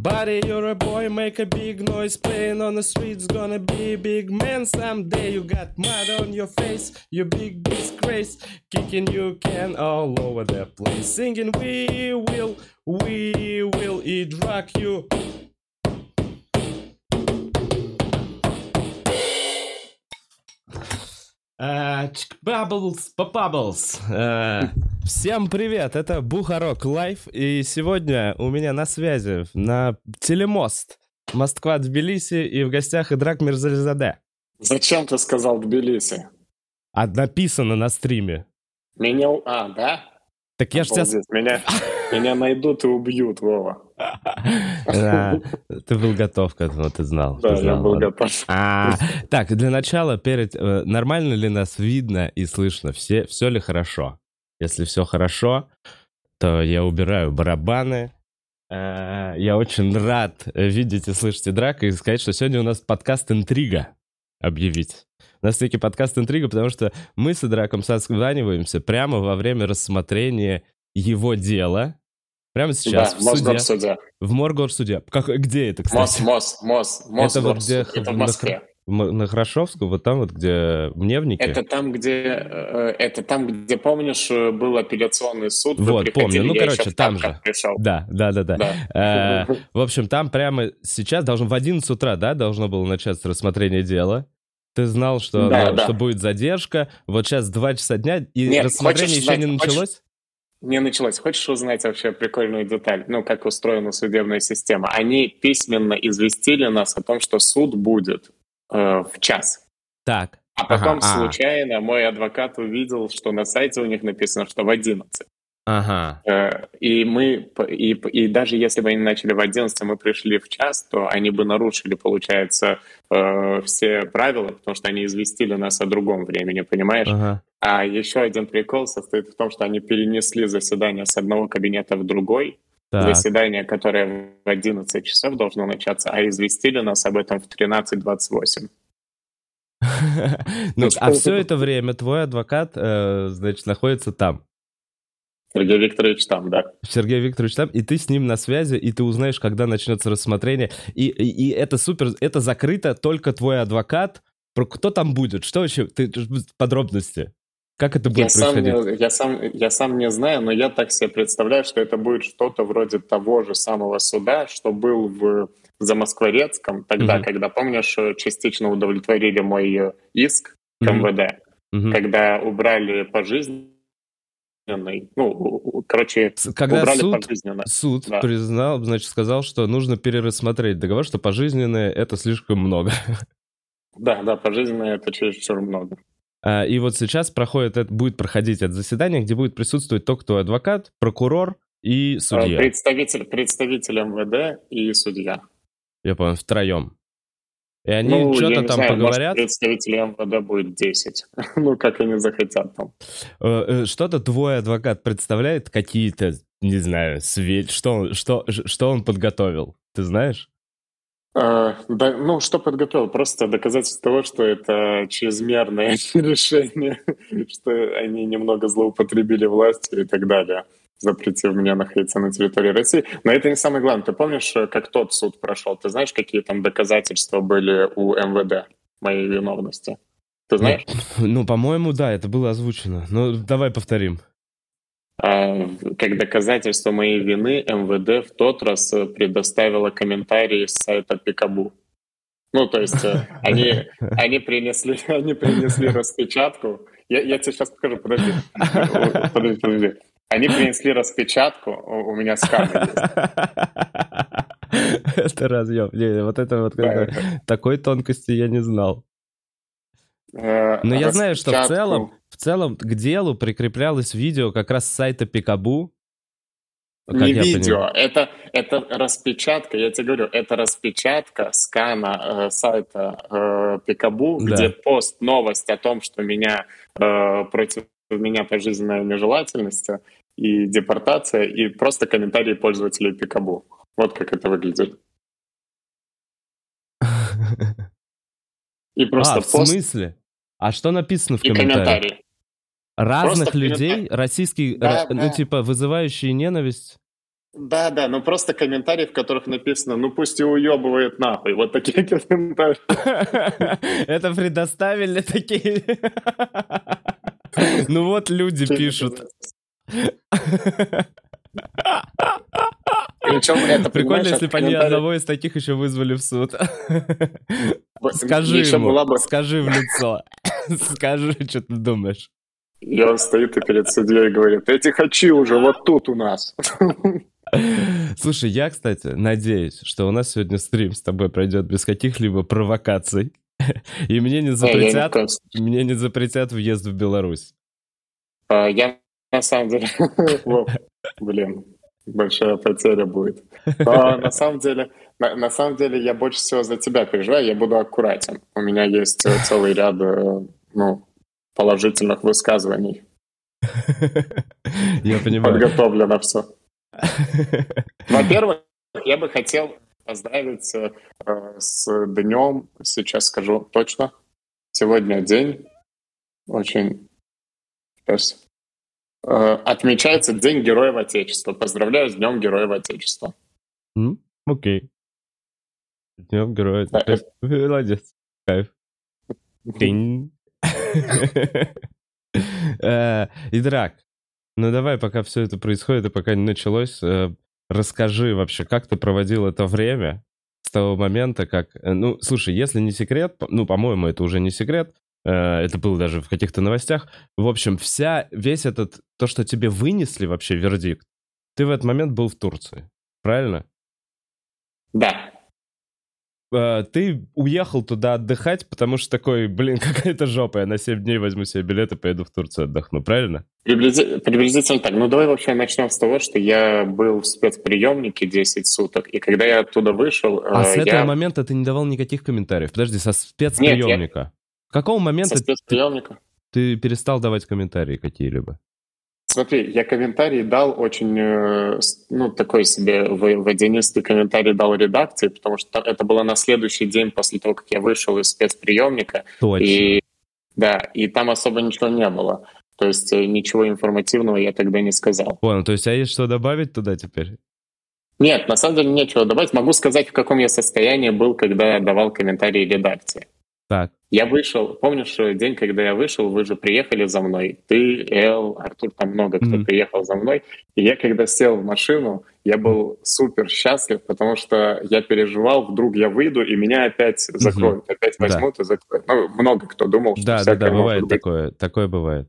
Buddy, you're a boy, make a big noise. Playing on the streets, gonna be a big man someday. You got mud on your face, you big disgrace. Kicking you can all over the place. Singing, we will eat rock you. Bubbles. Всем привет, это Бухарок Лайв, и сегодня у меня на связи на телемост Москва-Тбилиси, и в гостях Идрак Мирзализаде. Зачем ты сказал Тбилиси? А написано на стриме. Да? Так я ж сейчас... Меня найдут и убьют, Вова. Ты был готов к этому, ты знал. Да, я был готов. Так, для начала, нормально ли нас видно и слышно? Все ли хорошо? Если все хорошо, то я убираю барабаны. Я очень рад видеть и слышать Идрака и сказать, что сегодня у нас подкаст «Интрига» объявить. У нас таки подкаст «Интрига», потому что мы с Идраком созваниваемся прямо во время рассмотрения его дела. Прямо сейчас, да, в суде. В Мосгорсуде. Где это, кстати? Это вот где... Это в Москве. На Хорошевском, вот там вот, где Мневники. Это там, где, помнишь, был апелляционный суд. Вот, помню. Ну, короче, там же. Пришел. Да. В общем, там прямо сейчас, в 11 утра, да, должно было начаться рассмотрение дела. Ты знал, что будет задержка. Вот сейчас 2 часа дня, и рассмотрение еще не началось? Не началось. Хочешь узнать вообще прикольную деталь? Как устроена судебная система? Они письменно известили нас о том, что суд будет в час. Так. А потом случайно мой адвокат увидел, что на сайте у них написано, что в 11. Ага. И даже если бы они начали в 11, мы пришли в час, то они бы нарушили, получается, все правила, потому что они известили нас о другом времени, понимаешь? Ага. А еще один прикол состоит в том, что они перенесли заседание с одного кабинета в другой, заседание, которое в 11 часов должно начаться, а известили нас об этом в 13:28. А все это время твой адвокат, значит, находится там? Сергей Викторович там, да. Сергей Викторович там, и ты с ним на связи, и ты узнаешь, когда начнется рассмотрение. И это супер, это закрыто только твой адвокат. Кто там будет? Что вообще? Подробности. Как это будет происходить? Я сам не знаю, но я так себе представляю, что это будет что-то вроде того же самого суда, что был в Замоскворецком тогда, когда, помнишь, частично удовлетворили мой иск к МВД, когда убрали пожизненно. Когда убрали пожизненно. Суд признал, значит, сказал, что нужно перерассмотреть договор, что пожизненное — это слишком много. Да, пожизненное — это чересчур много. И вот сейчас будет проходить это заседание, где будет присутствовать только твой адвокат, прокурор и судья. Представитель МВД и судья. Я понял, втроем. И они что-то там поговорят. Может, представителей МВД будет 10. Как они захотят там. Что-то твой адвокат представляет, какие-то, не знаю, что он подготовил? Ты знаешь? Что подготовил? Просто доказательство того, что это чрезмерное решение, что они немного злоупотребили властью и так далее, запретив мне находиться на территории России. Но это не самое главное. Ты помнишь, как тот суд прошел? Ты знаешь, какие там доказательства были у МВД моей виновности? Ты знаешь? По-моему, да, это было озвучено. Давай повторим. Как доказательство моей вины МВД в тот раз предоставила комментарии с сайта Пикабу. То есть они принесли распечатку. Я тебе сейчас покажу, подожди. Они принесли распечатку, у меня сканы есть. Это разъем. Вот это вот такой тонкости я не знал. Но я знаю, что в целом к делу прикреплялось видео как раз с сайта Пикабу. Не видео, это распечатка, я тебе говорю, это распечатка скана сайта Пикабу, где пост, новость о том, что против меня пожизненная нежелательность и депортация, и просто комментарии пользователей Пикабу. Вот как это выглядит. И просто в смысле? А что написано в комментариях? Разных людей? Российские, вызывающие ненависть? Да, но просто комментарии, в которых написано, ну пусть и уебывает нахуй. Вот такие комментарии. Это предоставили такие... Ну вот люди пишут. Причем это, прикольно, если бы они одного из таких еще вызвали в суд. Скажи ему, скажи в лицо. Скажи, что ты думаешь. И он стоит и перед судьей говорит, эти хачи уже вот тут у нас. Слушай, я, кстати, надеюсь, что у нас сегодня стрим с тобой пройдет без каких-либо провокаций. И мне не запретят въезд в Беларусь. Я на самом деле... Блин, большая потеря будет. Но на самом деле я больше всего за тебя переживаю, я буду аккуратен. У меня есть целый ряд положительных высказываний. Я понимаю. Подготовлено все. Во-первых, я бы хотел поздравить с днем, сейчас скажу точно. Сегодня день очень... Отмечается День Героев Отечества. Поздравляю с Днем Героев Отечества. Окей. Днем Героев Отечества. Молодец. Кайф. Идрак, ну давай, пока все это происходит и пока не началось, расскажи вообще, как ты проводил это время с того момента, как... Ну, слушай, если не секрет, ну, по-моему, это уже не секрет, это было даже в каких-то новостях. В общем, весь этот, то, что тебе вынесли вообще вердикт, ты в этот момент был в Турции, правильно? Да. Ты уехал туда отдыхать, потому что такой, блин, какая-то жопа, я на 7 дней возьму себе билет и поеду в Турцию отдохну, правильно? Приблизительно так. Ну, давай вообще начнем с того, что я был в спецприемнике 10 суток, и когда я оттуда вышел... с этого момента ты не давал никаких комментариев? Подожди, со спецприемника? Нет, С какого момента спецприемника. Ты перестал давать комментарии какие-либо? Смотри, я комментарий дал очень, такой себе водянистый комментарий дал редакции, потому что это было на следующий день после того, как я вышел из спецприемника. Точно. И там особо ничего не было. То есть ничего информативного я тогда не сказал. Понял, то есть есть что добавить туда теперь? Нет, на самом деле нечего добавить. Могу сказать, в каком я состоянии был, когда я давал комментарии редакции. Так. Я вышел, помнишь день, когда я вышел, вы же приехали за мной, ты, Эл, Артур, там много кто приехал за мной, и я когда сел в машину, я был супер счастлив, потому что я переживал, вдруг я выйду, и меня опять закроют, опять возьмут и закроют. Ну, много кто думал, что всякое бывает такое бывает.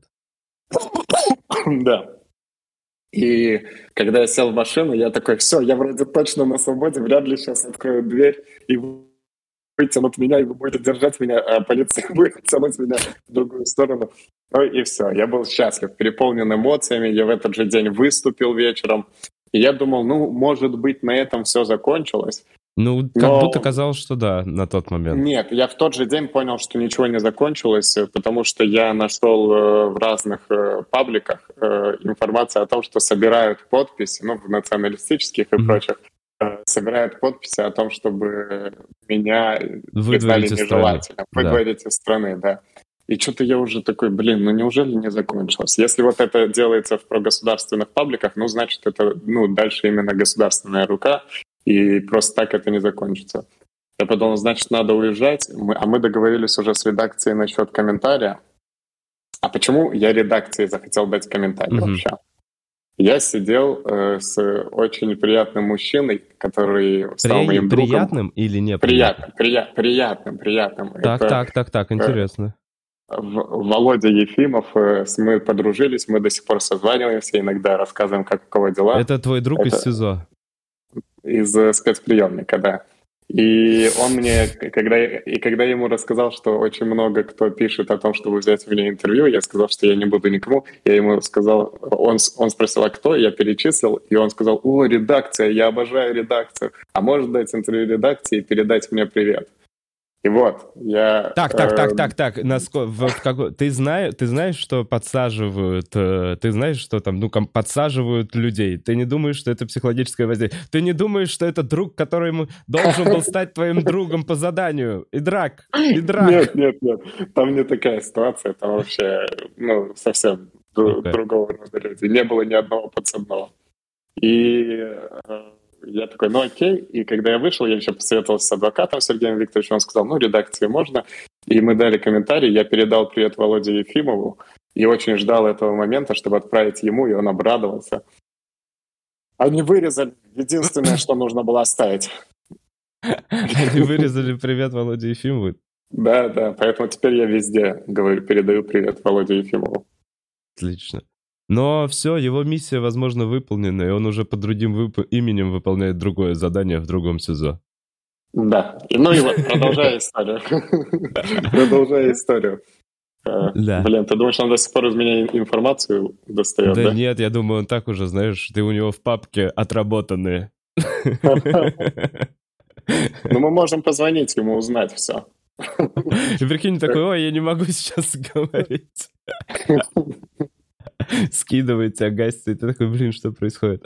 Да. И когда я сел в машину, я такой, все, я вроде точно на свободе, вряд ли сейчас открою дверь и вытянут меня, и вы будете держать меня, а полиция будет тянуть меня в другую сторону. Ну и все, я был счастлив, переполнен эмоциями, я в этот же день выступил вечером, и я думал, может быть, на этом все закончилось. Ну, как будто казалось, что да, на тот момент. Нет, я в тот же день понял, что ничего не закончилось, потому что я нашел в разных пабликах информацию о том, что собирают подписи, в националистических и прочих, собирают подписи о том, чтобы меня признали нежелательным. Выдворить из страны, да. И что-то я уже такой, неужели не закончилось? Если вот это делается в прогосударственных пабликах, значит, это, дальше именно государственная рука, и просто так это не закончится. Я подумал, значит, надо уезжать, мы договорились уже с редакцией насчет комментария. А почему я редакции захотел дать комментарий вообще? Я сидел с очень приятным мужчиной, который стал моим другом. Приятным или неприятным? Приятным. Так, интересно. Володя Ефимов, мы подружились, мы до сих пор созваниваемся, иногда рассказываем, как у кого дела. Это твой друг из СИЗО? Из спецприемника, да. И он мне, когда я ему рассказал, что очень много кто пишет о том, чтобы взять у меня интервью, я сказал, что я не буду никому. Я ему сказал, он спросил, а кто? Я перечислил, и он сказал, редакция, я обожаю редакцию. А может дать интервью редакции и передать мне привет? И вот, я... Так. Ты знаешь, что подсаживают... Ты знаешь, что там, подсаживают людей? Ты не думаешь, что это психологическое воздействие? Ты не думаешь, что это друг, который должен был стать твоим другом по заданию? Идрак. Нет. Там не такая ситуация. Там вообще, совсем другого рода люди. Не было ни одного подсадного. И я такой, ну окей. И когда я вышел, я еще посоветовался с адвокатом Сергеем Викторовичем, он сказал, ну, редакции можно. И мы дали комментарий, я передал привет Володе Ефимову и очень ждал этого момента, чтобы отправить ему, и он обрадовался. Они вырезали единственное, что нужно было оставить. Они вырезали привет Володе Ефимову? Да, поэтому теперь я везде говорю, передаю привет Володе Ефимову. Отлично. Но все, его миссия, возможно, выполнена, и он уже под другим именем выполняет другое задание в другом СИЗО. Да, ну и вот, продолжая историю. Продолжая историю. Да. Блин, ты думаешь, он до сих пор из меня информацию достает, да? Да нет, я думаю, он так уже, знаешь, ты у него в папке отработанные. Ну, мы можем позвонить ему, узнать все. И прикинь, такой, ой, я не могу сейчас говорить. Скидывает тебя, гасит, и ты такой, блин, что происходит?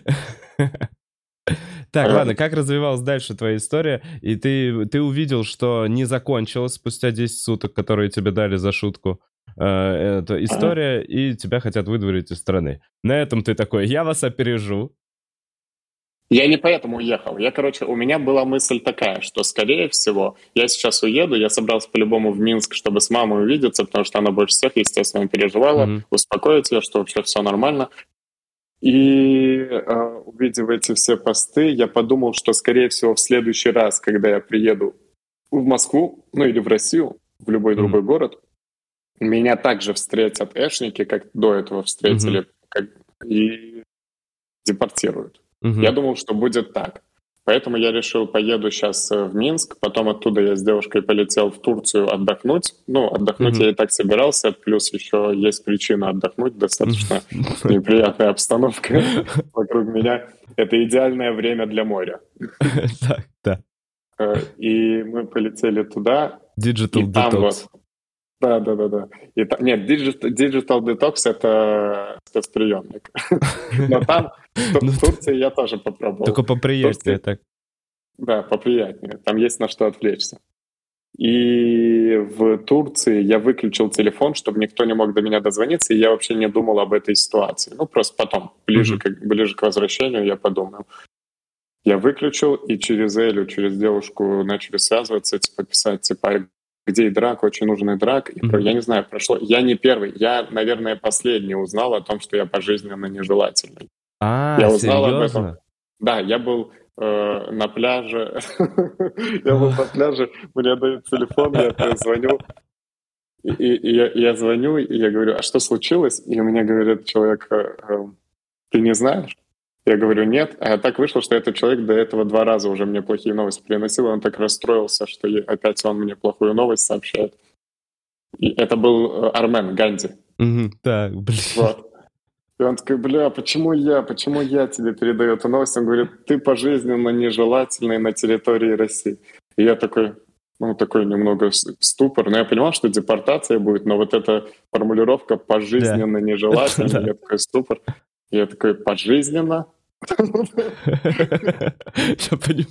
Так, ладно, как развивалась дальше твоя история? И ты увидел, что не закончилась спустя 10 суток, которые тебе дали за шутку, эта история, и тебя хотят выдворить из страны. На этом ты такой, я вас опережу. Я не поэтому уехал. У меня была мысль такая, что, скорее всего, я сейчас уеду, я собрался по-любому в Минск, чтобы с мамой увидеться, потому что она больше всех, естественно, переживала, успокоить ее, что вообще все нормально. И увидев эти все посты, я подумал, что, скорее всего, в следующий раз, когда я приеду в Москву, ну или в Россию, в любой другой город, меня также встретят эшники, как до этого встретили, и депортируют. Я думал, что будет так. Поэтому я решил, поеду сейчас в Минск, потом оттуда я с девушкой полетел в Турцию отдохнуть. Ну, отдохнуть я и так собирался, плюс еще есть причина отдохнуть, достаточно неприятная обстановка вокруг меня. Это идеальное время для моря. Да. И мы полетели туда. Digital Detox. Да. Нет, Digital Detox — это спецприемник. Но там, в Турции я тоже попробовал. Только поприятнее так. Да, поприятнее. Там есть на что отвлечься. И в Турции я выключил телефон, чтобы никто не мог до меня дозвониться, и я вообще не думал об этой ситуации. Ну, просто потом, ближе к возвращению, я подумал. Я выключил, и через Элю, через девушку начали связываться, писать, где Идрак, очень нужен Идрак. И я не знаю, прошло... Я не первый, я, наверное, последний узнал о том, что я пожизненно нежелательный. Я узнал серьезно? об этом. Да, я был на пляже. Мне дают телефон, я звоню. И я звоню, и я говорю, а что случилось? И мне говорит человек, ты не знаешь? Я говорю, нет. А так вышло, что этот человек до этого 2 раза уже мне плохие новости приносил, и он так расстроился, что опять он мне плохую новость сообщает. И это был Армен Ганди. Так, блин. Вот. И он такой, почему я тебе передаю эту новость? Он говорит, ты пожизненно нежелательный на территории России. И я такой немного ступор. Но я понимал, что депортация будет, но вот эта формулировка «пожизненно нежелательный», я такой ступор. Я такой, пожизненно? Я понимаю.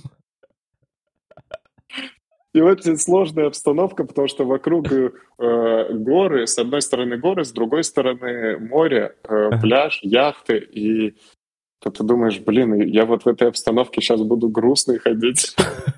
И очень сложная обстановка, потому что вокруг горы, с одной стороны горы, с другой стороны море, пляж, яхты, и ты думаешь, я вот в этой обстановке сейчас буду грустный ходить.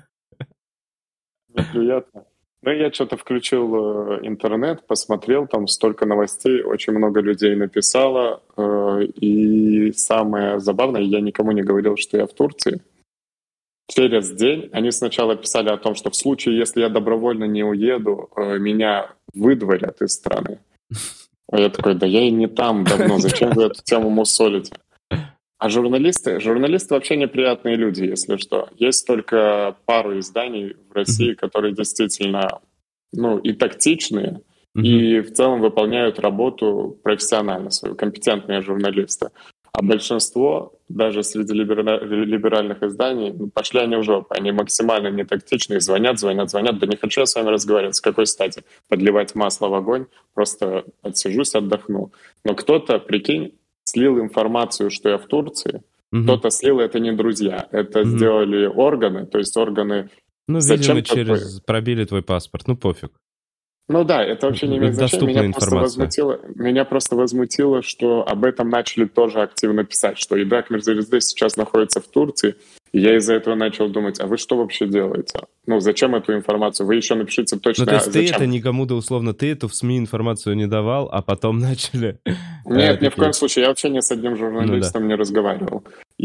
Неприятно. Но я что-то включил интернет, посмотрел, там столько новостей, очень много людей написало, и самое забавное, я никому не говорил, что я в Турции. Через день они сначала писали о том, что в случае, если я добровольно не уеду, меня выдворят из страны. А я такой, да я и не там давно, зачем вы эту тему мусолите? А журналисты вообще неприятные люди, если что. Есть только пару изданий в России, которые действительно, и тактичные, и в целом выполняют работу профессионально, свою, компетентные журналисты. А большинство, даже среди либеральных изданий, пошли они в жопу. Они максимально нетактичные, звонят. Да не хочу я с вами разговаривать. С какой стати? Подливать масло в огонь, просто отсижусь, отдохну. Но кто-то, прикинь, слил информацию, что я в Турции. Кто-то слил, это не друзья. Это сделали органы, то есть органы... видимо, пробили твой паспорт, пофиг. Ну да, это вообще не имеет значения. Меня просто возмутило, что об этом начали тоже активно писать, что Идрак Мирзалидзе сейчас находится в Турции. И я из-за этого начал думать, а вы что вообще делаете? Ну, зачем эту информацию? Вы еще напишите точно, то есть ты зачем? это никому, да условно, ты эту в СМИ информацию не давал, а потом начали... Нет, ни в коем случае. Я вообще ни с одним журналистом не разговаривал.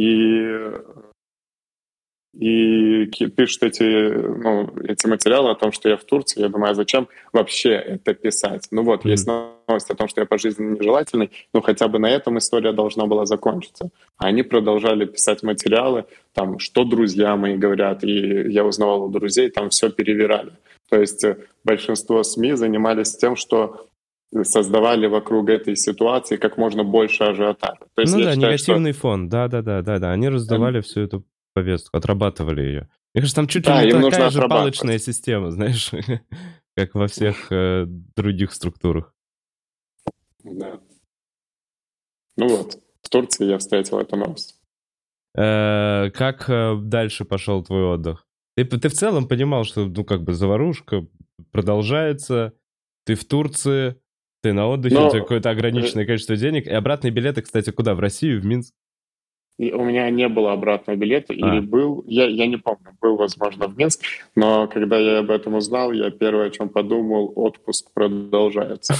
И пишут эти материалы о том, что я в Турции. Я думаю, а зачем вообще это писать? Ну вот, есть новость о том, что я по жизни нежелательный, но хотя бы на этом история должна была закончиться. А они продолжали писать материалы, там, что друзья мои говорят, и я узнавал у друзей, там все перевирали. То есть большинство СМИ занимались тем, что создавали вокруг этой ситуации как можно больше ажиотажа. То есть, негативный фон, да. Они раздавали всю эту повестку, отрабатывали ее. Мне кажется, там чуть ли не такая же палочная система, знаешь, как во всех других структурах. Да. Ну вот, в Турции я встретил эту новость. Как дальше пошел твой отдых? Ты в целом понимал, что, заварушка продолжается, ты в Турции, ты на отдыхе, у тебя какое-то ограниченное количество денег, и обратные билеты, кстати, куда? В Россию, в Минск? И у меня не было обратного билета, или был, я не помню, был, возможно, в Минск, но когда я об этом узнал, я первое, о чем подумал, отпуск продолжается.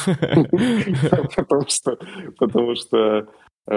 Потому что,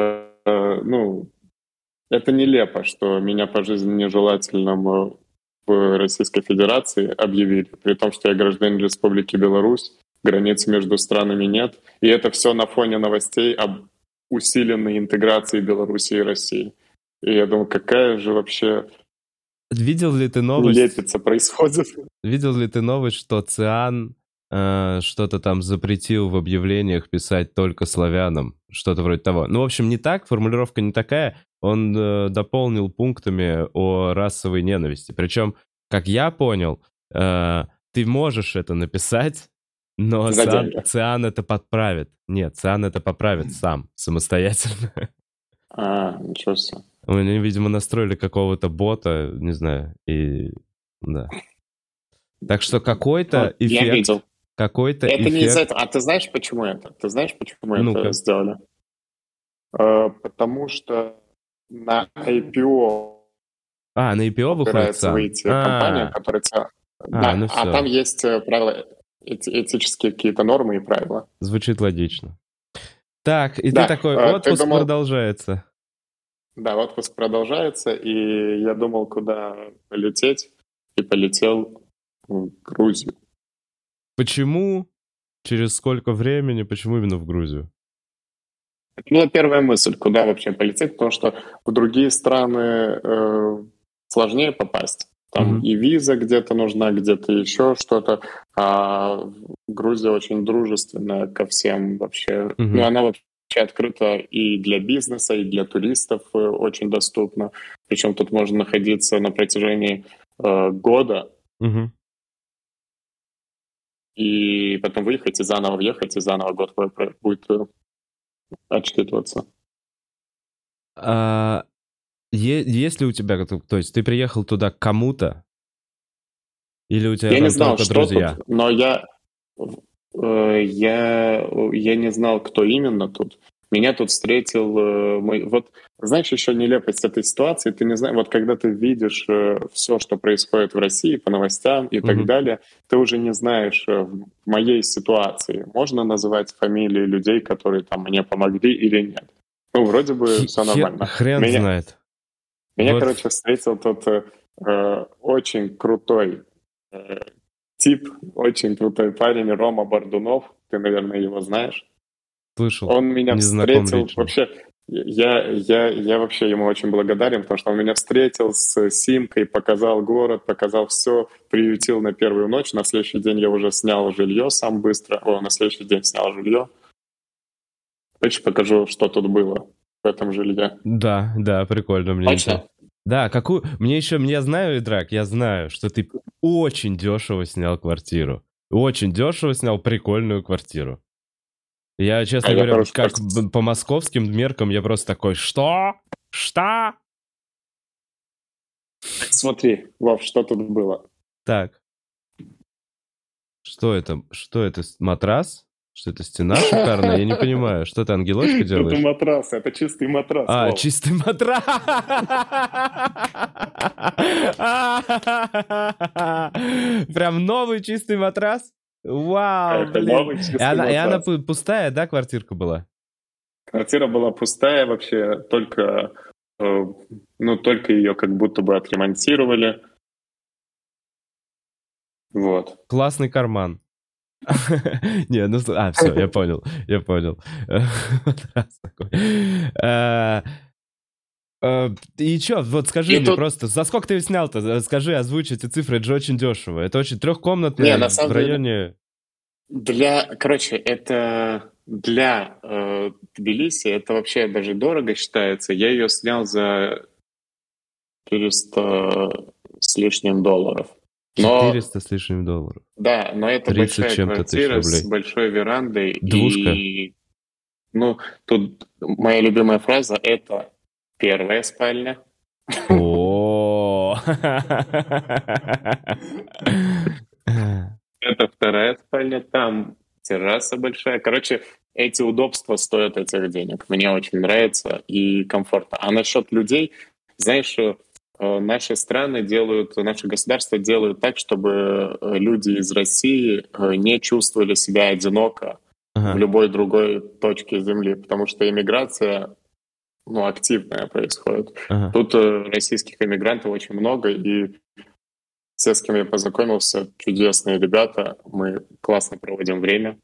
это нелепо, что меня по жизни нежелательным в Российской Федерации объявили, при том, что я гражданин Республики Беларусь, границ между странами нет, и это все на фоне новостей об усиленной интеграции Беларуси и России. И я думаю, какая же вообще видел ли ты новость? Нелепица происходит. Видел ли ты новость, что ЦИАН что-то там запретил в объявлениях писать только славянам? Что-то вроде того. Ну, в общем, не так, формулировка не такая. Он дополнил пунктами о расовой ненависти. Причем, как я понял, ты можешь это написать, но ЦИАН это подправит. Нет, ЦИАН это поправит сам, самостоятельно. Ничего себе. Они, видимо, настроили какого-то бота, не знаю, и... Да. Так что какой-то эффект... Я видел. Какой-то это эффект... не из-за этого. А ты знаешь, почему это? Ты знаешь, почему это сделали? Потому что на IPO... на IPO выходит ЦИАН? выйти компания, которая... там есть правила, этические какие-то нормы и правила. Звучит логично. Так, и ты такой, отпуск продолжается. Да, отпуск продолжается, и я думал, куда полететь, и полетел в Грузию. Почему? Через сколько времени? Почему именно в Грузию? Это была первая мысль, куда вообще полететь, потому что в другие страны сложнее попасть. Там и виза где-то нужна, где-то еще что-то. А Грузия очень дружественная ко всем вообще. Ну, она вообще открыта и для бизнеса, и для туристов очень доступна. Причем тут можно находиться на протяжении года. И потом выехать, и заново въехать, и заново год будет отчитываться. Есть ли у тебя, то есть ты приехал туда к кому-то? Или у тебя я там не знал, только что друзья? Тут, но я не знал, кто именно тут. Меня тут встретил мой... Вот, знаешь, еще нелепость этой ситуации. Ты не знаешь, вот когда ты видишь все, что происходит в России по новостям и так далее, ты уже не знаешь в моей ситуации, можно называть фамилии людей, которые там мне помогли или нет. Ну, вроде бы все нормально. Хрен знает. Меня, короче, встретил тот очень крутой тип, очень крутой парень Рома Бордунов. Ты, наверное, его знаешь. Слышал. Он меня встретил вообще. Я вообще ему очень благодарен, потому что он меня встретил с симкой, показал город, показал все, приютил на первую ночь. На следующий день я уже снял жилье сам быстро. На следующий день снял жилье. Хочешь, покажу, что тут было в этом жилье? Да, прикольно. Мне Точно? Да, я знаю, Идрак, я знаю, что ты очень дешево снял квартиру. Очень дешево снял прикольную квартиру. Я, честно говоря, как по московским меркам, я просто такой, что? Что? Смотри, Вов, что тут было. Так. Что это? Что это? Матрас? Что это, стена шикарная? Я не понимаю. Что ты, ангелочка делаешь? Это матрас, это чистый матрас. А, чистый матрас! Прям новый чистый матрас? Вау, блин. И она пустая, да, квартирка была? Квартира была пустая вообще, только ее как будто бы отремонтировали. Вот. Классный карман. Не, ну, все, я понял. Матрас такой. И чё, вот скажи мне просто, за сколько ты снял-то? Скажи, озвучь эти цифры, это же очень дешево. Это очень трехкомнатная в районе... Это для Тбилиси, это вообще даже дорого считается. Я ее снял за 400 с лишним долларов. 400 с лишним долларов. Да, но это большая квартира с большой верандой. Двушка. И, тут моя любимая фраза — это первая спальня. О. Это вторая спальня, там терраса большая. Короче, эти удобства стоят этих денег. Мне очень нравится и комфортно. А насчет людей, знаешь, наши государства делают так, чтобы люди из России не чувствовали себя одиноко в любой другой точке Земли, потому что иммиграция, активная происходит. Тут российских иммигрантов очень много, и все, с кем я познакомился, чудесные ребята, мы классно проводим время.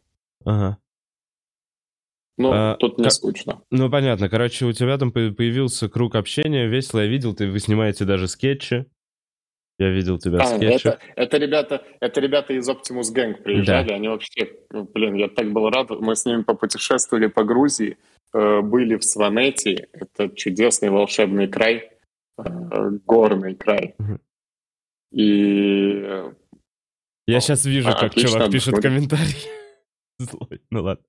Тут не скучно. Ну, понятно. Короче, у тебя там появился круг общения, весело. Я видел, вы снимаете даже скетчи. Я видел тебя в скетчах. Это ребята из Optimus Gang приезжали. Да. Они вообще, я так был рад. Мы с ними попутешествовали по Грузии, были в Сванете. Это чудесный волшебный край, горный край. И... Я сейчас вижу, как чувак пишет комментарий. Злой. Ну ладно.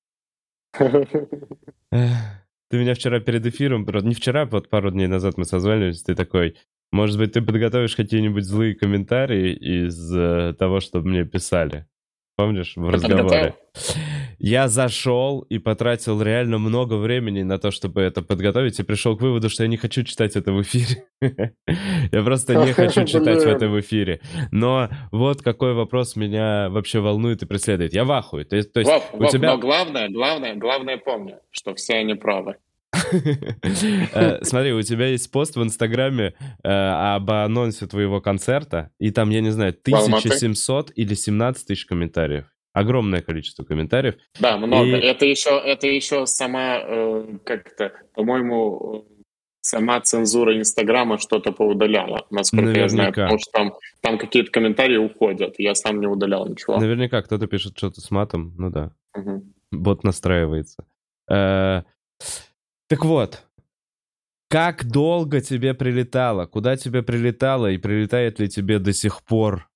Ты меня вчера перед эфиром, не вчера, вот пару дней назад мы созванивались, ты такой, может быть, ты подготовишь какие-нибудь злые комментарии из того, что мне писали? Помнишь, в разговоре? Я зашел и потратил реально много времени на то, чтобы это подготовить, и пришел к выводу, что я не хочу читать это в эфире. Я просто не хочу читать это в эфире. Но вот какой вопрос меня вообще волнует и преследует. Я в ахуе. То есть у тебя... Но главное помни, что все они правы. Смотри, у тебя есть пост в Инстаграме об анонсе твоего концерта, и там, я не знаю, 1700 или 17 тысяч комментариев. Огромное количество комментариев. Да, много. Это еще сама, по-моему, сама цензура Инстаграма что-то поудаляла, насколько я знаю. Потому что там какие-то комментарии уходят. Я сам не удалял ничего. Наверняка кто-то пишет что-то с матом. Ну да. Бот настраивается. Так вот, как долго тебе прилетало? Куда тебе прилетало? И прилетает ли тебе до сих пор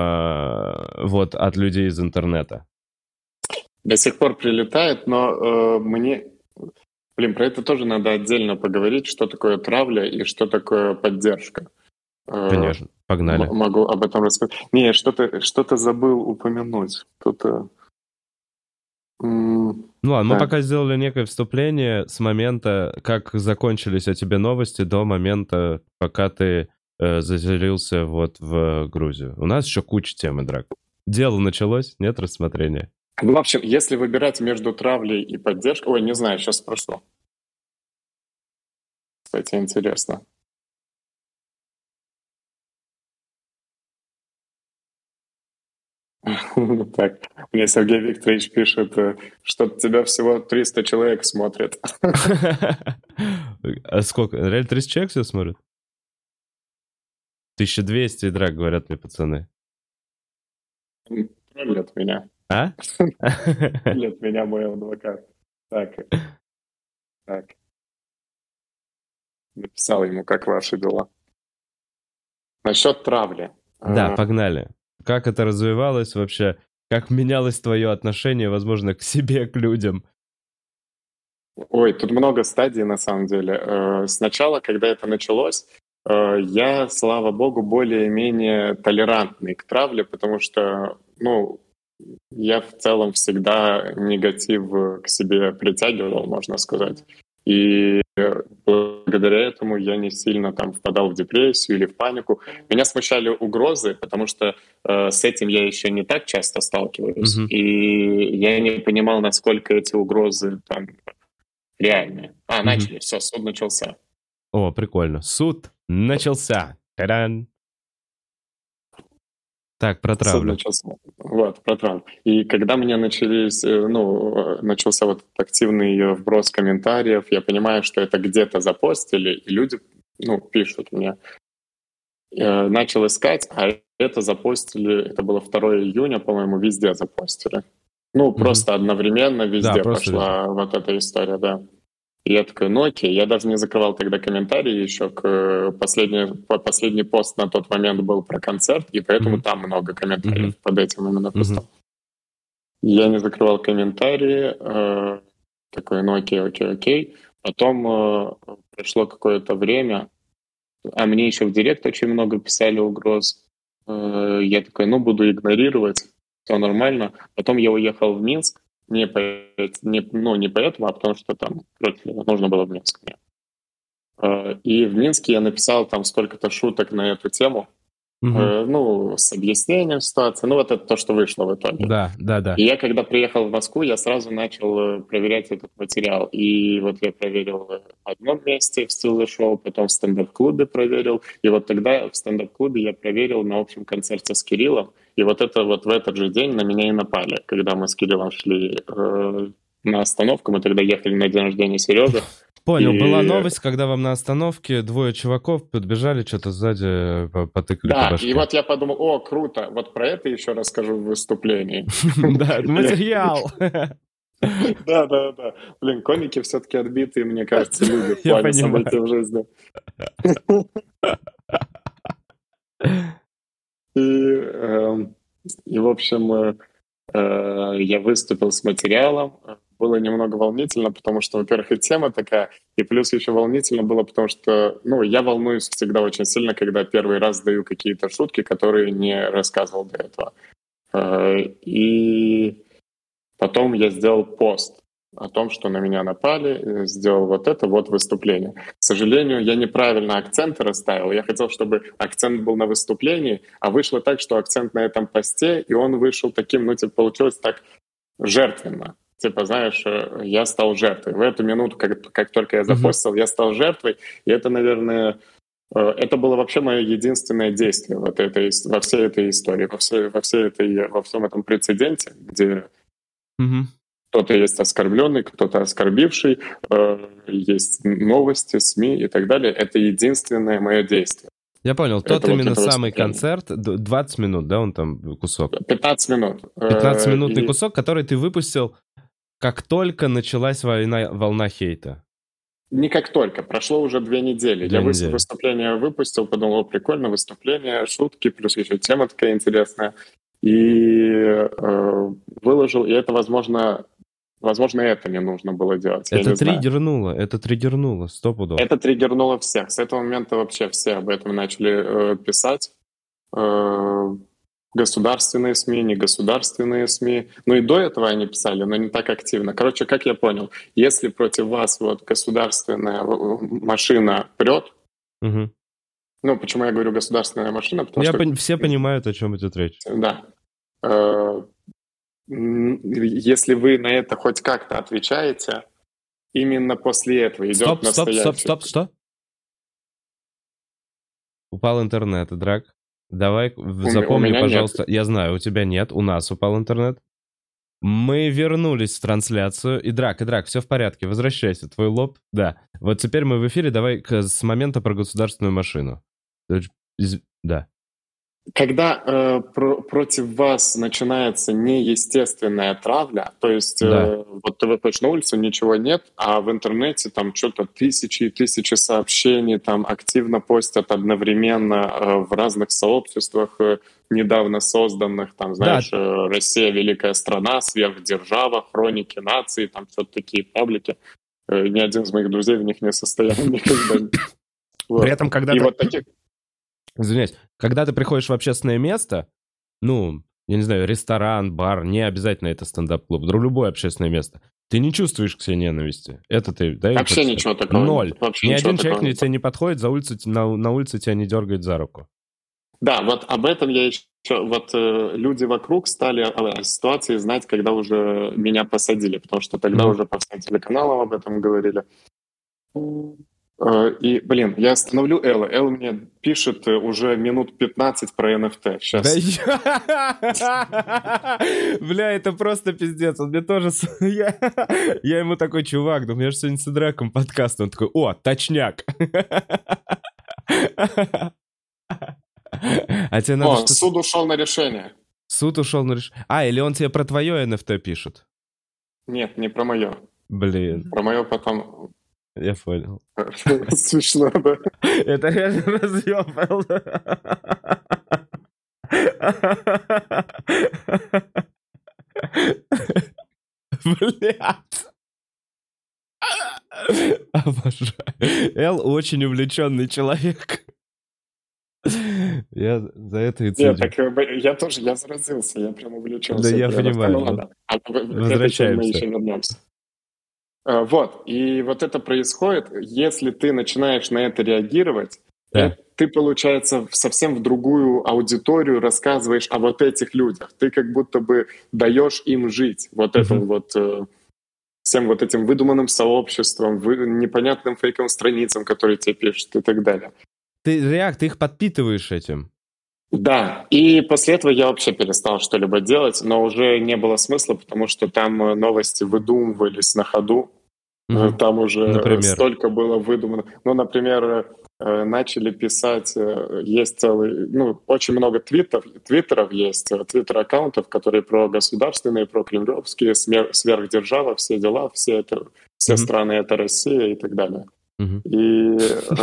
от людей из интернета? До сих пор прилетает, но мне... про это тоже надо отдельно поговорить, что такое травля и что такое поддержка. Конечно, погнали. Могу об этом рассказать. Не, что-то забыл упомянуть. Ну ладно, мы пока сделали некое вступление с момента, как закончились о тебе новости, до момента, пока ты заселился в Грузию. У нас еще куча темы, Драк. Дело началось, нет рассмотрения? В общем, если выбирать между травлей и поддержкой... Ой, не знаю, сейчас спрошу. Кстати, интересно. Так, мне Сергей Викторович пишет, что тебя всего 300 человек смотрят. А сколько? Реально 300 человек все смотрят? 1200, Драк, говорят мне пацаны. Троллят меня. А? Троллят меня мой адвокат. Так. Написал ему, как ваши дела. Насчет травли. Да, погнали. Как это развивалось вообще? Как менялось твое отношение, возможно, к себе, к людям? Ой, тут много стадий, на самом деле. Сначала, когда это началось, я, слава богу, более-менее толерантный к травле, потому что, Я в целом всегда негатив к себе притягивал, можно сказать. И благодаря этому я не сильно там впадал в депрессию или в панику. Меня смущали угрозы, потому что с этим я еще не так часто сталкиваюсь. И я не понимал, насколько эти угрозы там реальные. Начали, все, суд начался. О, прикольно. Суд начался. Та-дан. Так, про травлю. Вот, про травлю. И когда мне начался вот активный вброс комментариев, я понимаю, что это где-то запостили, и люди, пишут мне. Начал искать, а это запостили, это было 2 июня, по-моему, везде запостили. Просто одновременно везде пошла вот эта история, да. И я такой, окей, я даже не закрывал тогда комментарии еще последний пост на тот момент был про концерт, и поэтому там много комментариев под этим именно постом. Я не закрывал комментарии, такой, окей. Потом прошло какое-то время, а мне еще в директ очень много писали угроз. Я такой, буду игнорировать, все нормально. Потом я уехал в Минск, не поэтому, а потому что там нужно было в Минск. И в Минске я написал там сколько-то шуток на эту тему, с объяснением ситуации. Вот это то, что вышло в итоге. Да. И я, когда приехал в Москву, я сразу начал проверять этот материал. И вот я проверил в одном месте в стиле-шоу, потом в стендап-клубе проверил. И вот тогда в стендап-клубе я проверил на общем концерте с Кириллом. И вот в этот же день на меня и напали. Когда мы с Кириллом шли на остановку, мы тогда ехали на день рождения Сережи. Понял, была новость, когда вам на остановке 2 чуваков подбежали, что-то сзади потыкали по башке. И вот я подумал, круто, вот про это еще расскажу в выступлении. Да, материал. Да. Блин, комики все-таки отбитые, мне кажется, люди в плане событий в жизни. И, в общем, я выступил с материалом. Было немного волнительно, потому что, во-первых, и тема такая, и плюс еще волнительно было, потому что, я волнуюсь всегда очень сильно, когда первый раз даю какие-то шутки, которые не рассказывал до этого. И потом я сделал пост о том, что на меня напали, сделал вот это выступление. К сожалению, я неправильно акценты расставил. Я хотел, чтобы акцент был на выступлении, а вышло так, что акцент на этом посте, и он вышел таким, получилось так жертвенно. Знаешь, я стал жертвой. В эту минуту, как только я запостил, я стал жертвой, и это, наверное, это было вообще мое единственное действие во всей этой истории, во всем этом прецеденте, где кто-то есть оскорбленный, кто-то оскорбивший, есть новости, СМИ и так далее. Это единственное мое действие. Я понял. Тот именно самый концерт, 20 минут, да, он там кусок? 15 минут. 15-минутный кусок, который ты выпустил, как только началась волна хейта. Не как только, прошло уже 2 недели. Я выступление выпустил, подумал, прикольно, выступление, шутки, плюс еще тема такая интересная. И выложил, и это, возможно, это не нужно было делать. Это триггернуло, стопудово. Это триггернуло всех. С этого момента вообще все об этом начали писать. Государственные СМИ, негосударственные СМИ. И до этого они писали, но не так активно. Короче, как я понял, если против вас государственная машина прет, почему я говорю государственная машина? Потому что все понимают, о чем идет речь. Да. Если вы на это хоть как-то отвечаете, именно после этого идет настоящий... Стоп. Упал интернет, Драк. Давай запомни, пожалуйста. Нет. Я знаю, у тебя нет, у нас упал интернет. Мы вернулись в трансляцию. И Драк, все в порядке, возвращайся. Твой лоб, да. Вот теперь мы в эфире, давай с момента про государственную машину. Да. Когда против вас начинается неестественная травля, то есть ты выходишь на улицу, ничего нет, а в интернете там что-то тысячи и тысячи сообщений, там активно постят одновременно в разных сообществах, недавно созданных, там, знаешь, «Россия — великая страна», «Сверхдержава», «Хроники нации», там что-то такие паблики. Ни один из моих друзей в них не состоял никогда. При этом, когда Извиняюсь, когда ты приходишь в общественное место, я не знаю, ресторан, бар, не обязательно это стендап-клуб, любое общественное место, ты не чувствуешь к себе ненависти. Это ты, да? Вообще ничего такого. Ноль. Вообще Ни ничего один человек такого тебе не подходит, на улице тебя не дергает за руку. Да, вот об этом я еще... Вот люди вокруг стали о ситуации знать, когда уже меня посадили, потому что тогда уже по всем телеканалам об этом говорили. И, блин, я остановлю Элла. Эл мне пишет уже минут 15 про NFT. Сейчас. Бля, это просто пиздец. Он мне тоже... Я ему такой, чувак, да у меня же сегодня с Идраком подкаст. Он такой, о, точняк. А тебе надо суд ушел на решение. Суд ушел на решение. Или он тебе про твое NFT пишет? Нет, не про мое. Блин. Про мое потом... Я понял. Смешно, да? Это реально разъебал. Блядь. Обожаю. Эл очень увлеченный человек. Я за это и ценю. Нет, так я тоже, я заразился, я прям увлечился. Да, я понимаю. Ладно, возвращаемся. Мы еще вернемся. Вот, и вот это происходит, если ты начинаешь на это реагировать, ты, получается, совсем в другую аудиторию рассказываешь о вот этих людях. Ты как будто бы даешь им жить вот этим вот всем вот этим выдуманным сообществом, непонятным фейковым страницам, которые тебе пишут и так далее. Ты их подпитываешь этим. Да, и после этого я вообще перестал что-либо делать, но уже не было смысла, потому что там новости выдумывались на ходу. Там уже столько было выдумано. Ну, например, начали писать, есть очень много твиттеров есть, твиттер-аккаунтов, которые про государственные, про кремлевские, сверхдержава, все дела, все страны — это Россия и так далее. И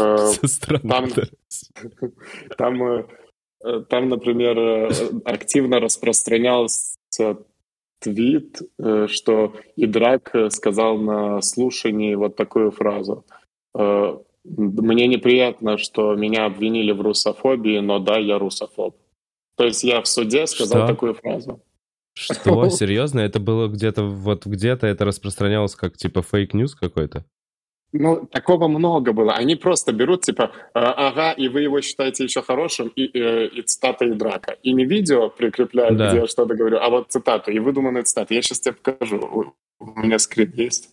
там, например, активно распространялся твит, что Идрак сказал на слушании вот такую фразу: «Мне неприятно, что меня обвинили в русофобии, но да, я русофоб». То есть я в суде сказал такую фразу. Что? Серьезно? Это было где-то это распространялось как типа фейк-ньюс какой-то? Ну, такого много было. Они просто берут, типа, ага, и вы его считаете еще хорошим, и цитата Идрака. И не видео прикрепляют, где я что-то говорю, а вот цитату, и выдуманную цитату. Я сейчас тебе покажу. У меня скрин есть.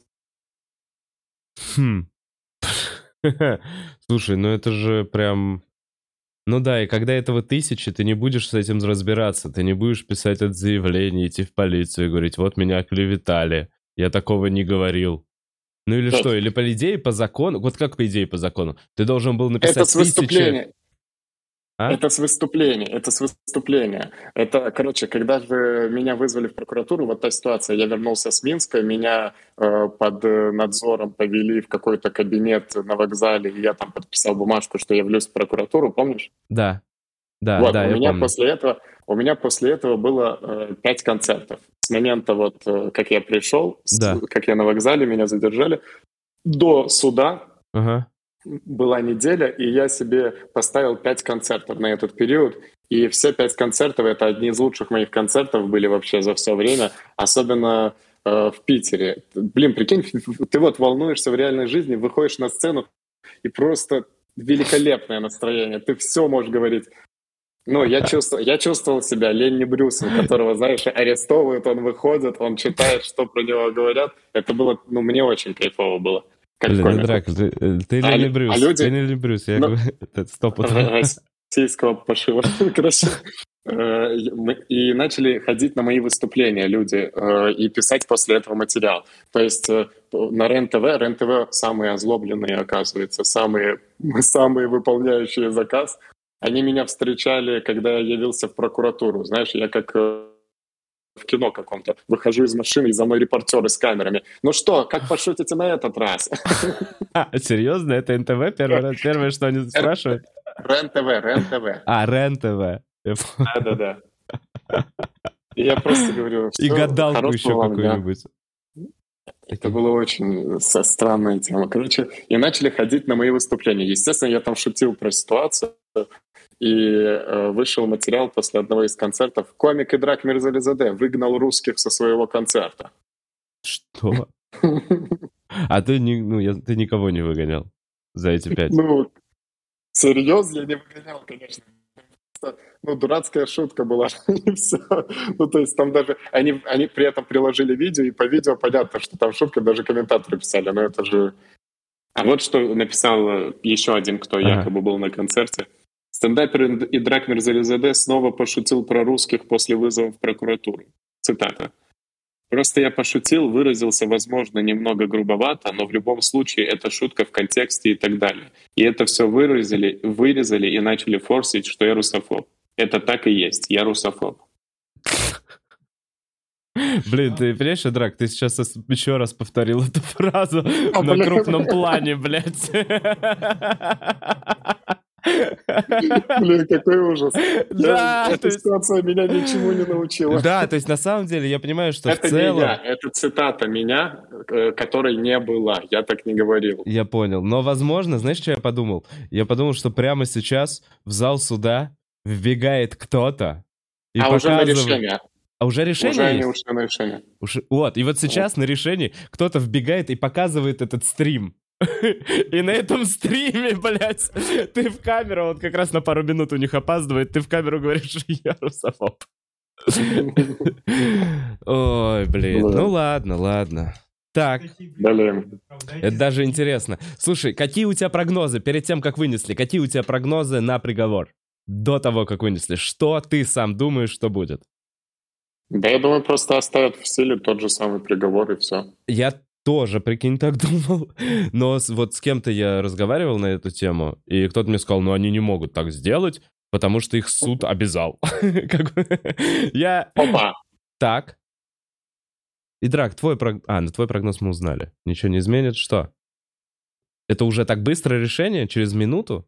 Слушай, ну это же прям... Ну да, и когда этого 1000, ты не будешь с этим разбираться. Ты не будешь писать это заявление, идти в полицию и говорить, вот меня оклеветали, я такого не говорил. Ну или что? Или по идее, по закону? Вот как по идее, по закону? Ты должен был написать 1000... Это с выступления. Это с выступления. Это, короче, когда же меня вызвали в прокуратуру, вот та ситуация, я вернулся с Минска, меня под надзором повели в какой-то кабинет на вокзале, и я там подписал бумажку, что я явлюсь в прокуратуру, помнишь? Да, вот, я помню. У меня после этого было 5 концертов. С момента, вот, как я пришел, как я на вокзале, меня задержали, до суда была неделя, и я себе поставил 5 концертов на этот период. И все 5 концертов — это одни из лучших моих концертов были вообще за все время, особенно в Питере. Блин, прикинь, ты вот волнуешься в реальной жизни, выходишь на сцену, и просто великолепное настроение. Ты все можешь говорить. Ну, я чувствовал себя Ленни Брюсом, которого, знаешь, арестовывают, он выходит, он читает, что про него говорят. Это было, мне очень кайфово было. Блин, Драк, ты Ленни Брюс, люди... ты Ленни Брюс, я говорю, это 100%. Российского пошива, короче. И начали ходить на мои выступления люди и писать после этого материал. То есть на РЕН-ТВ самые озлобленные, оказывается, самые выполняющие заказ. Они меня встречали, когда я явился в прокуратуру. Знаешь, я как в кино каком-то. Выхожу из машины, и за мной репортеры с камерами. Ну что, как пошутите на этот раз? Серьезно? Это НТВ первое, что они спрашивают? РЕН-ТВ. РЕН-ТВ. Да. И я просто говорю... И гадалку еще какую-нибудь. Это была очень странная тема. Короче, и начали ходить на мои выступления. Естественно, я там шутил про ситуацию, и вышел материал после одного из концертов. Комик Идрак Мирзализаде выгнал русских со своего концерта. Что? А ты никого не выгонял за эти 5? Ну, серьезно, я не выгонял, конечно. Дурацкая шутка была, и все. То есть там даже... Они при этом приложили видео, и по видео понятно, что там шутка, даже комментаторы писали, но это же... А вот что написал еще один, кто якобы был на концерте. Стендапер Идрак Мирзализаде снова пошутил про русских после вызова в прокуратуру. Цитата. «Просто я пошутил, выразился, возможно, немного грубовато, но в любом случае это шутка в контексте и так далее. И это все вырезали и начали форсить, что я русофоб. Это так и есть, я русофоб». Блин, ты понимаешь, Идрак, ты сейчас еще раз повторил эту фразу на крупном плане, блядь. Блин, какой ужас. Да, эта ситуация меня ничему не научила. Да, то есть на самом деле я понимаю, что это в целом... Это не я, это цитата меня, которой не было. Я так не говорил. Я понял. Но, возможно, знаешь, что я подумал? Я подумал, что прямо сейчас в зал суда вбегает кто-то и показывает... уже на решение. А уже решение уже есть? Они ушли на решение. Вот, и вот сейчас на решении кто-то вбегает и показывает этот стрим. И на этом стриме, блядь, ты в камеру, вот как раз на пару минут у них опаздывает, ты в камеру говоришь, я русофоб. Ой, блин, ну ладно. Так, это даже интересно. Слушай, какие у тебя прогнозы перед тем, как вынесли? Какие у тебя прогнозы на приговор? До того, как вынесли. Что ты сам думаешь, что будет? Да, я думаю, просто оставят в силе тот же самый приговор и все. Я тоже, прикинь, так думал. Но вот с кем-то я разговаривал на эту тему, и кто-то мне сказал, они не могут так сделать, потому что их суд обязал. Опа! Так. Идрак, твой прогноз мы узнали. Ничего не изменит. Что? Это уже так быстро решение? Через минуту?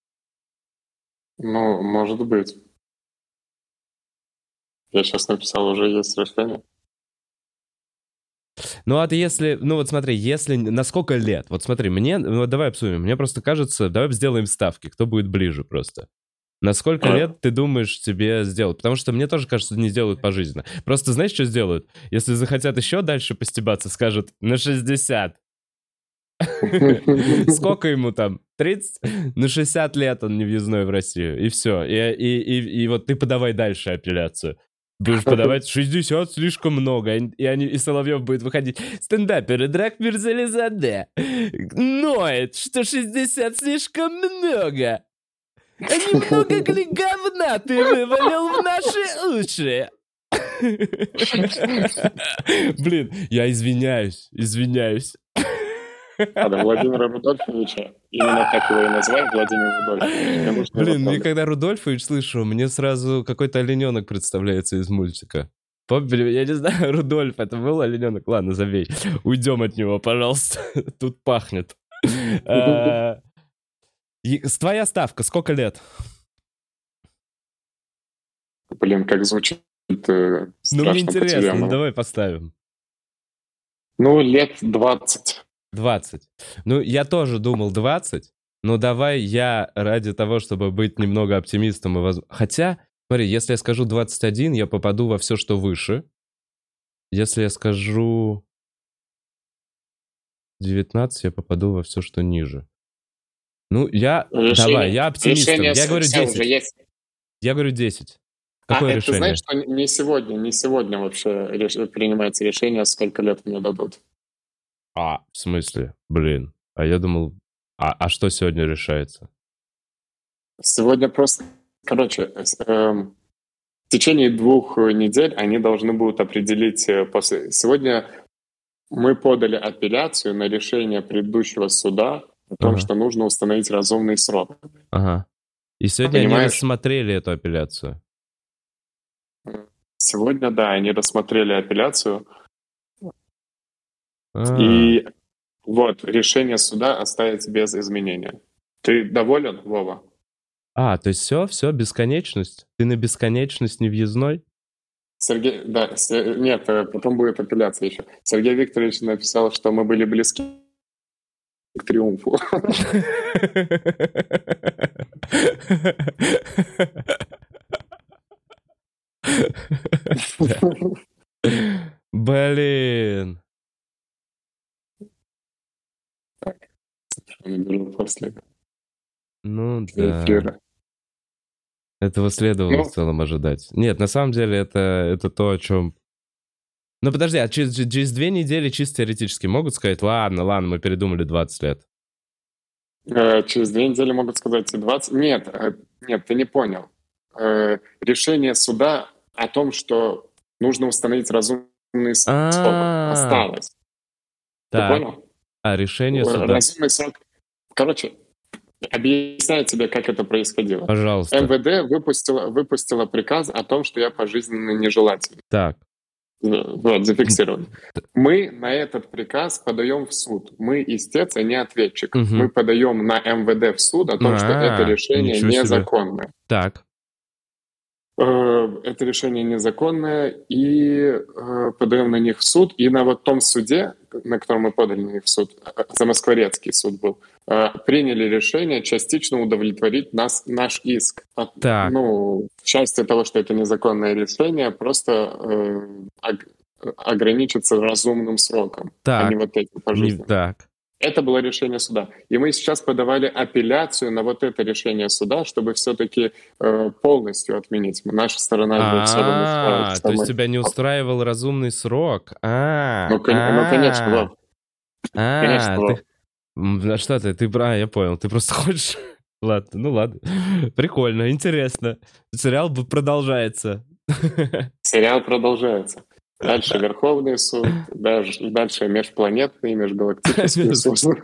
Может быть. Я сейчас написал, уже есть решение. А ты если... вот смотри, если... На сколько лет? Вот смотри, давай обсудим. Мне просто кажется, давай сделаем ставки. Кто будет ближе просто? На сколько лет ты думаешь тебе сделать? Потому что мне тоже кажется, не сделают пожизненно. Просто знаешь, что сделают? Если захотят еще дальше постебаться, скажут на 60. Сколько ему там? 30? На 60 лет он невъездной в Россию. И все. И вот ты подавай дальше апелляцию. Будешь подавать 60 слишком много. И Соловьев будет выходить. Стендапер Идрак Мирзализаде ноет, что 60 слишком много. А немного ли говна ты вывалил в наши уши? Блин, я извиняюсь. Владимира Рудольфовича. Именно так его и назвали, Владимир Рудольфович. Блин, мне когда Рудольфович слышу, мне сразу какой-то олененок представляется из мультика. Я не знаю, Рудольф, это был олененок? Ладно, забей. Уйдем от него, пожалуйста. Тут пахнет. Твоя ставка, сколько лет? Блин, как звучит страшно. Мне интересно, давай поставим. Лет 20. 20. Я тоже думал 20, но давай я ради того, чтобы быть немного оптимистом Хотя, смотри, если я скажу 21, я попаду во все, что выше. Если я скажу 19, я попаду во все, что ниже. Я оптимистом. Я говорю 10. Я говорю 10. Какое решение? Ты знаешь, что не сегодня вообще принимается решение, сколько лет мне дадут. В смысле? Блин. А я думал... А что сегодня решается? Сегодня просто... Короче, в течение 2 недель они должны будут определить... Сегодня мы подали апелляцию на решение предыдущего суда о том, что нужно установить разумный срок. Ага. И сегодня они рассмотрели эту апелляцию. Сегодня, да, они рассмотрели апелляцию. И вот, решение суда оставить без изменения. Ты доволен, Вова? То есть все, бесконечность? Ты на бесконечность не въездной? Сергей, да, нет, потом будет апелляция еще. Сергей Викторович написал, что мы были близки к триумфу. Блин. Так, наберу после Ну эфира. да. Этого следовало в целом ожидать. Нет, на самом деле это то, о чем... Ну подожди, а через 2 недели чисто теоретически могут сказать, ладно, мы передумали 20 лет? Через 2 недели могут сказать 20. Нет, ты не понял. Решение суда о том, что нужно установить разумный срок, осталось. Ты понял? Решение суда. Разумный срок. Короче, объясняю тебе, как это происходило. Пожалуйста. МВД выпустила приказ о том, что я пожизненно нежелательный. Так. Вот, зафиксировано. Мы на этот приказ подаем в суд. Мы истец, а не ответчик. Мы подаем на МВД в суд о том, что это решение незаконное. Так. Это решение незаконное, и подаем на них в суд. И на вот том суде, на котором мы подали на них в суд, Замоскворецкий суд был, приняли решение частично удовлетворить наш иск. Так. Ну, часть того, что это незаконное решение, просто ограничиться разумным сроком, а не вот этим пожизненным. Так. Это было решение суда. И мы сейчас подавали апелляцию на вот это решение суда, чтобы все-таки полностью отменить. Наша сторона все равно считает, что то есть тебя не устраивал разумный срок? Ну, конечно, Вов. Конечно, Вов. Что ты? Я понял. Ты просто хочешь... Ладно. Прикольно, интересно. Сериал продолжается. Сериал продолжается. Дальше Верховный суд, дальше межпланетный, межгалактический суд.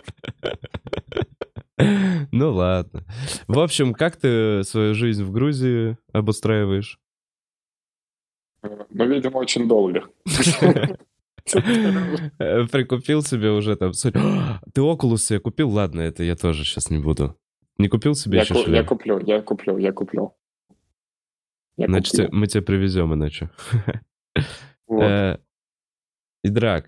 Ну ладно. В общем, как ты свою жизнь в Грузии обустраиваешь? Ну, видимо, очень долго. Прикупил себе уже там... Ты Oculus себе купил? Ладно, это я тоже сейчас не буду. Не купил себе еще шлем? Я куплю. Значит, мы тебе привезем иначе. Вот. Идрак,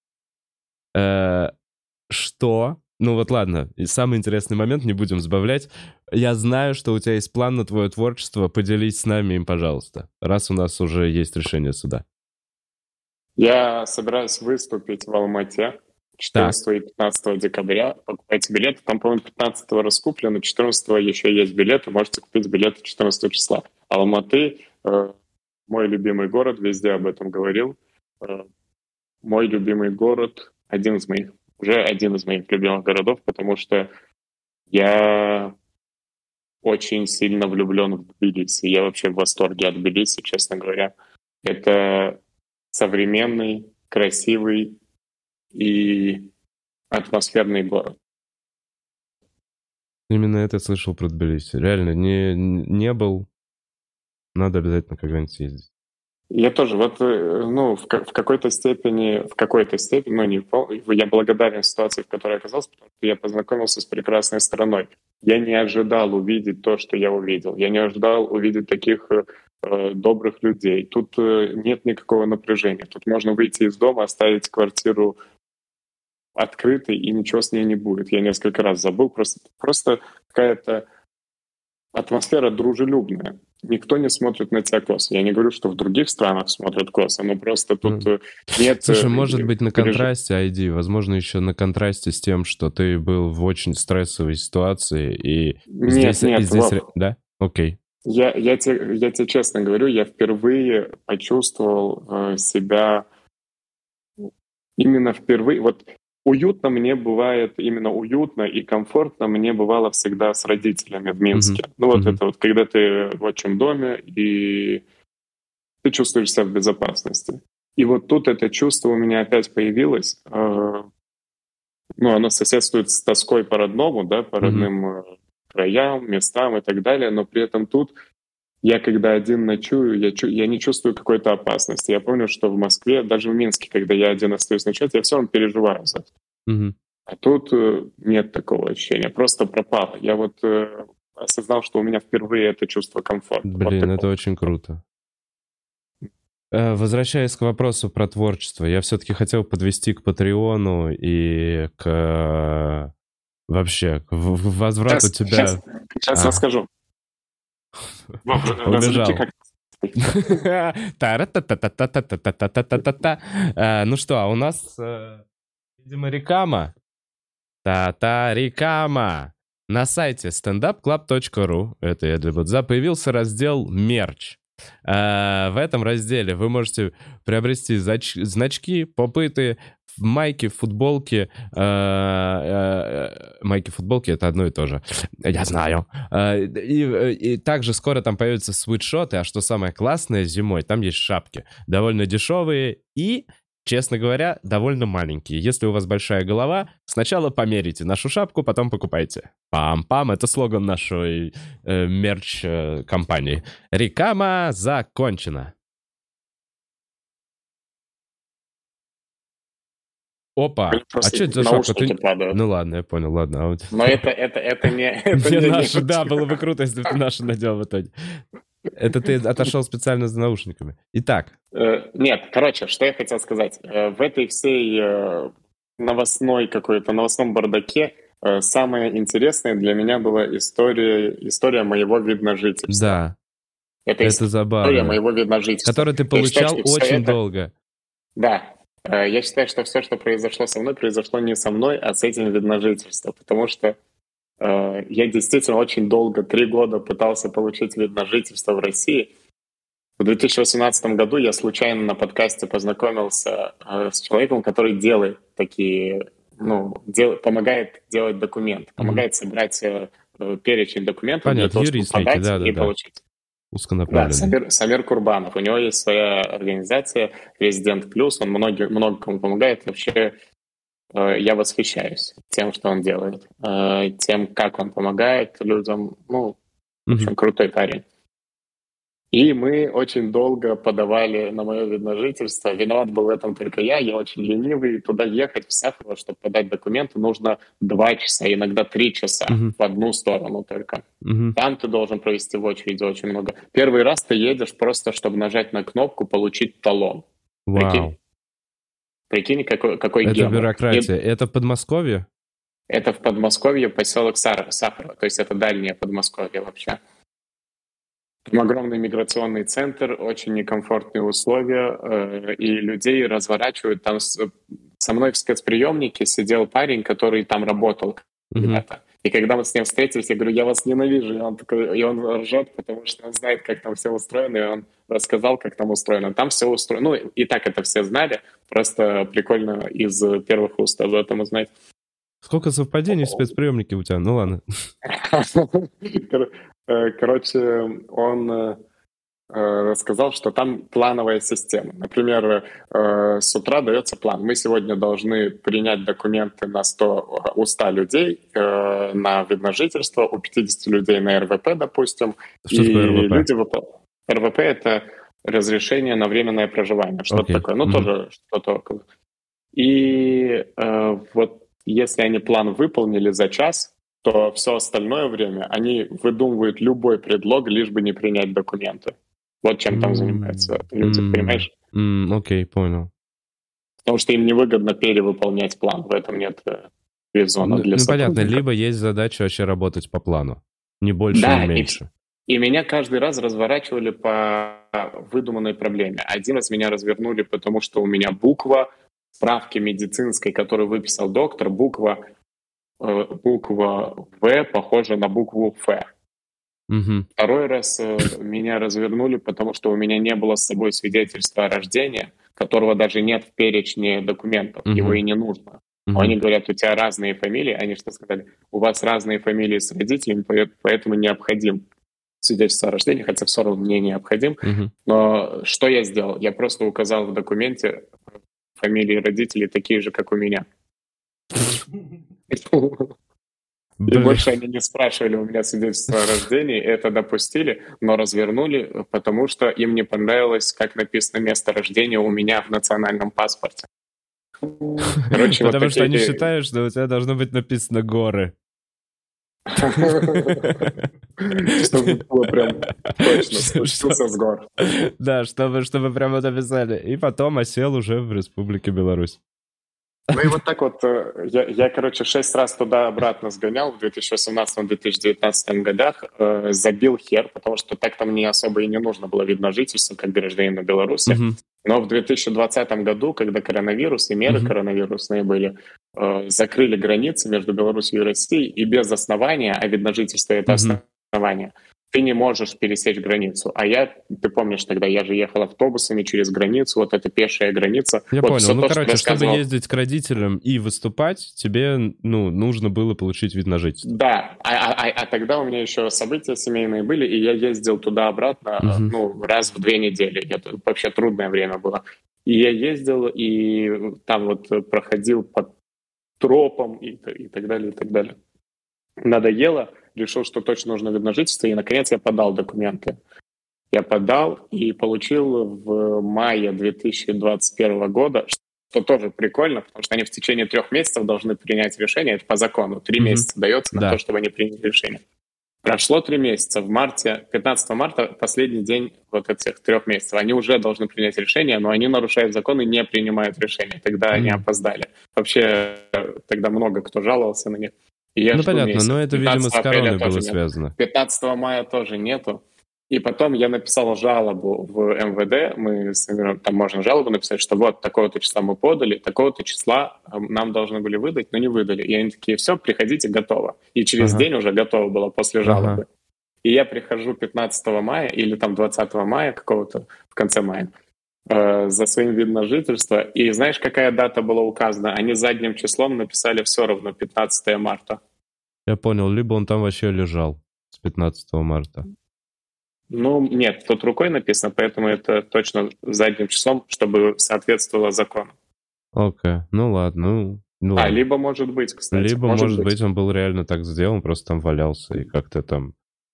что? Ну вот ладно, самый интересный момент, не будем сбавлять. Я знаю, что у тебя есть план на твое творчество. Поделись с нами им, пожалуйста, раз у нас уже есть решение суда. Я собираюсь выступить в Алмате 14 и 15 декабря. Покупайте билеты. Там, по-моему, 15 раскуплено, 14 еще есть билеты. Можете купить билеты 14 числа. Алматы мой любимый город, везде об этом говорил. Мой любимый город, один из моих любимых городов, потому что я очень сильно влюблен в Тбилиси. Я вообще в восторге от Тбилиси, честно говоря. Это современный, красивый и атмосферный город. Именно это я слышал про Тбилиси. Реально, не был. Надо обязательно когда-нибудь съездить. Я тоже. Вот, в какой-то степени, я благодарен ситуации, в которой я оказался, потому что я познакомился с прекрасной страной. Я не ожидал увидеть то, что я увидел. Я не ожидал увидеть таких добрых людей. Тут нет никакого напряжения. Тут можно выйти из дома, оставить квартиру открытой, и ничего с ней не будет. Я несколько раз забыл. Просто какая-то атмосфера дружелюбная. Никто не смотрит на тебя косо. Я не говорю, что в других странах смотрят косо, но просто тут нет... Слушай, может быть, на контрасте, ID, возможно, еще на контрасте с тем, что ты был в очень стрессовой ситуации, и здесь... Да? Окей. Я тебе честно говорю, я впервые почувствовал себя... Именно впервые... Вот уютно мне бывает, именно уютно и комфортно мне бывало всегда с родителями в Минске. Это вот, когда ты в отчим доме, и ты чувствуешь себя в безопасности. И вот тут это чувство у меня опять появилось. Оно соседствует с тоской по родному, да, по родным краям, местам и так далее, но при этом тут я когда один ночую, я не чувствую какой-то опасности. Я помню, что в Москве, даже в Минске, когда я один остаюсь ночевать, я все равно переживаю за это. А тут нет такого ощущения, просто пропало. Я вот осознал, что у меня впервые это чувство комфорта. Блин, это очень круто. Возвращаясь к вопросу про творчество, я все-таки хотел подвести к Патреону и к вообще к возврату тебя. Сейчас расскажу. Убежал. Ну что, а у нас, видимо, реклама. Реклама. На сайте standupclub.ru, это я для Будза, появился раздел «Мерч». В этом разделе вы можете приобрести значки, попыты, майки, футболки. Майки, футболки — это одно и то же. Я знаю. И также скоро там появятся свитшоты, а что самое классное, зимой там есть шапки. Довольно дешевые и, честно говоря, довольно маленькие. Если у вас большая голова, сначала померите нашу шапку, потом покупайте. Пам-пам, это слоган нашей мерч-компании. Реклама закончена. Опа, а что это за шапка? Ну ладно, я понял, ладно. Но это не... Не наша, да, было бы круто, если бы ты нашу надел в итоге. Это ты отошел специально за наушниками. Итак. Нет, короче, что я хотел сказать. В этой всей новостном бардаке самое интересное для меня была история моего видна жительства. Да, это забавно. История моего видна жительства. Который ты получал очень долго. Да. Я считаю, что все, что произошло со мной, произошло не со мной, а с этим видна жительства. Потому что я действительно очень долго, 3 года пытался получить вид на жительство в России. В 2018 году я случайно на подкасте познакомился с человеком, который делает такие, помогает делать документы, помогает собрать перечень документов. Понятно, для того, чтобы подать и получить. Узконаправленный. Да, Самир Курбанов. У него есть своя организация «Резидент Плюс». Он много кому помогает. Вообще, я восхищаюсь тем, что он делает, тем, как он помогает людям. В общем, крутой парень. И мы очень долго подавали на мое вид на жительство. Виноват был в этом только я очень ленивый. Туда ехать в Сахарово, чтобы подать документы, нужно 2 часа, иногда 3 часа в одну сторону только. Там ты должен провести в очереди очень много. Первый раз ты едешь просто, чтобы нажать на кнопку «Получить талон». Вау. Прикинь, какой это гемор. Бюрократия. Это в Подмосковье? Это в Подмосковье, поселок Сахарово. То есть это дальнее Подмосковье вообще. Там огромный миграционный центр, очень некомфортные условия, и людей разворачивают. Там со мной в спецприемнике сидел парень, который там работал когда-то. И когда мы с ним встретились, я говорю, я вас ненавижу. И он ржет, потому что он знает, как там все устроено, и он рассказал, как там устроено. Там все устроено. И так это все знали. Просто прикольно из первых уст об этом узнать. Сколько совпадений в спецприемнике у тебя? Ну ладно. Короче, он рассказал, что там плановая система. Например, с утра дается план. Мы сегодня должны принять документы у 100 людей на вид на жительство, у 50 людей на РВП, допустим. Что такое РВП? РВП — это разрешение на временное проживание. Что-то такое. Тоже что-то около. И вот если они план выполнили за час, то все остальное время они выдумывают любой предлог, лишь бы не принять документы. Вот чем там занимаются люди, понимаешь? Окей, понял. Потому что им невыгодно перевыполнять план, в этом нет резона для сотрудника. Понятно, либо есть задача вообще работать по плану. Не больше, не меньше. И меня каждый раз разворачивали по выдуманной проблеме. Один раз меня развернули, потому что у меня буква справки медицинской, которую выписал доктор, буква «В» похожа на букву «Ф». Второй раз меня развернули, потому что у меня не было с собой свидетельства о рождении, которого даже нет в перечне документов, его и не нужно. Они говорят, у тебя разные фамилии. Они что сказали? У вас разные фамилии с родителями, поэтому необходим свидетельство о рождении, хотя все равно мне необходим. Но что я сделал? Я просто указал в документе фамилии родителей такие же, как у меня. И больше они не спрашивали у меня свидетельство о рождении, это допустили, но развернули, потому что им не понравилось, как написано место рождения у меня в национальном паспорте. Короче, потому что они считают, что у тебя должно быть написано «горы». Чтобы было прям точно, спустился с гор. Да, чтобы прям это писали. И потом осел уже в Республике Беларусь. Ну и вот так вот, я, короче, 6 раз туда-обратно сгонял в 2018-2019 годах, забил хер, потому что так-то мне особо и не нужно было вид на жительство, как гражданина Беларуси. Но в 2020 году, когда коронавирус и меры коронавирусные были, закрыли границы между Беларусью и Россией, и без основания, а вид на жительство — это основание, ты не можешь пересечь границу. А ты помнишь тогда, я же ехал автобусами через границу, вот эта пешая граница. Я вот понял. Ну, то, короче, чтобы ездить к родителям и выступать, тебе, нужно было получить вид на жительство. Да, а тогда у меня еще события семейные были, и я ездил туда-обратно, раз в 2 недели. Это вообще трудное время было. И я ездил, и там вот проходил по тропам и так далее, и так далее. Надоело, решил, что точно нужно вид на жительство, и, наконец, я подал документы. Я подал и получил в мае 2021 года, что тоже прикольно, потому что они в течение 3 месяцев должны принять решение, это по закону. 3 месяца дается на то, чтобы они приняли решение. Прошло 3 месяца, 15 марта последний день вот этих 3 месяцев. Они уже должны принять решение, но они нарушают закон и не принимают решение. Тогда они опоздали. Вообще, тогда много кто жаловался на них. Понятно, месяц. Но это, видимо, с короной было связано. 15 мая тоже нету. И потом я написал жалобу в МВД, там можно жалобу написать, что вот такого-то числа мы подали, такого-то числа нам должны были выдать, но не выдали. И они такие: все, приходите, готово. И через день уже готово было после жалобы. И я прихожу 15 мая или там 20 мая какого-то, в конце мая, за своим видом на жительство. И знаешь, какая дата была указана? Они задним числом написали все равно 15 марта. Я понял, либо он там вообще лежал с 15 марта. Нет, тут рукой написано, поэтому это точно задним числом, чтобы соответствовало закону. Окей, ладно. Ладно. Либо может быть, кстати. Либо, может быть, он был реально так сделан, просто там валялся и как-то там...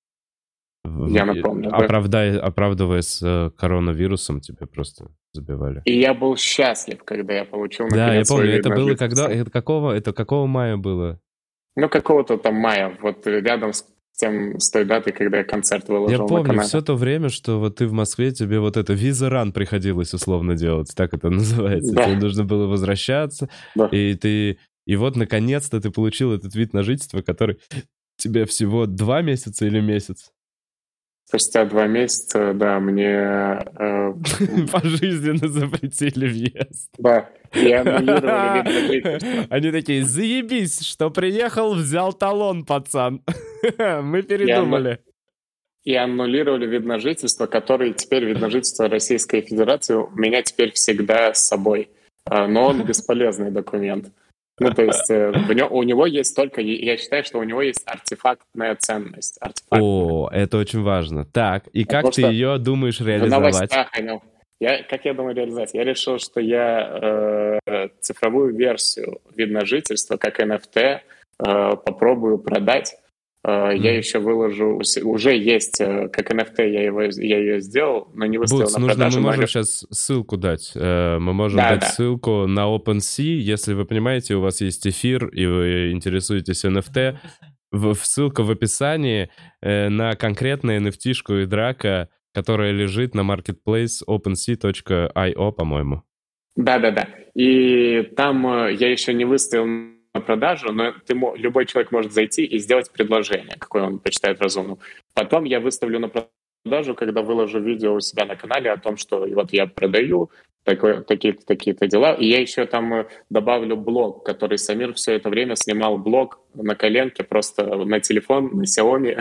Я напомню. Оправдываясь коронавирусом, тебе просто забивали. И я был счастлив, когда я получил наконец. Да, я помню, это было когда... Это какого мая было? Какого-то там мая, вот рядом с той датой, когда я концерт выложил. Я помню все то время, что вот ты в Москве, тебе вот это виза-ран приходилось условно делать, так это называется. Да. Тебе нужно было возвращаться, да. И вот наконец-то ты получил этот вид на жительство, который тебе всего 2 месяца или месяц? Спустя 2 месяца, да, мне... Пожизненно запретили въезд. Да, и аннулировали вид на жительство. Они такие: заебись, что приехал, взял талон, пацан. Мы передумали. И аннулировали вид на жительство, который теперь вид на жительство Российской Федерации у меня теперь всегда с собой. Но он бесполезный документ. То есть у него есть только... Я считаю, что у него есть артефактная ценность. О, это очень важно. Так, и как ты ее думаешь реализовать? Как я думаю реализовать? Я решил, что я цифровую версию вида на жительство, как NFT, попробую продать. Я еще выложу... Уже есть, как NFT, я ее сделал, но не выставил на продажу. Мы можем сейчас ссылку дать. Мы можем дать ссылку на OpenSea. Если вы понимаете, у вас есть эфир, и вы интересуетесь NFT, ссылка в описании на конкретную NFT-шку и драка, которая лежит на marketplace OpenSea.io, по-моему. Да. И там я еще не выставил на продажу, но любой человек может зайти и сделать предложение, какое он почитает разумным. Потом я выставлю на продажу, когда выложу видео у себя на канале о том, что вот я продаю такие-то дела. И я еще там добавлю блог, который Самир все это время снимал блог на коленке, просто на телефон, на Xiaomi.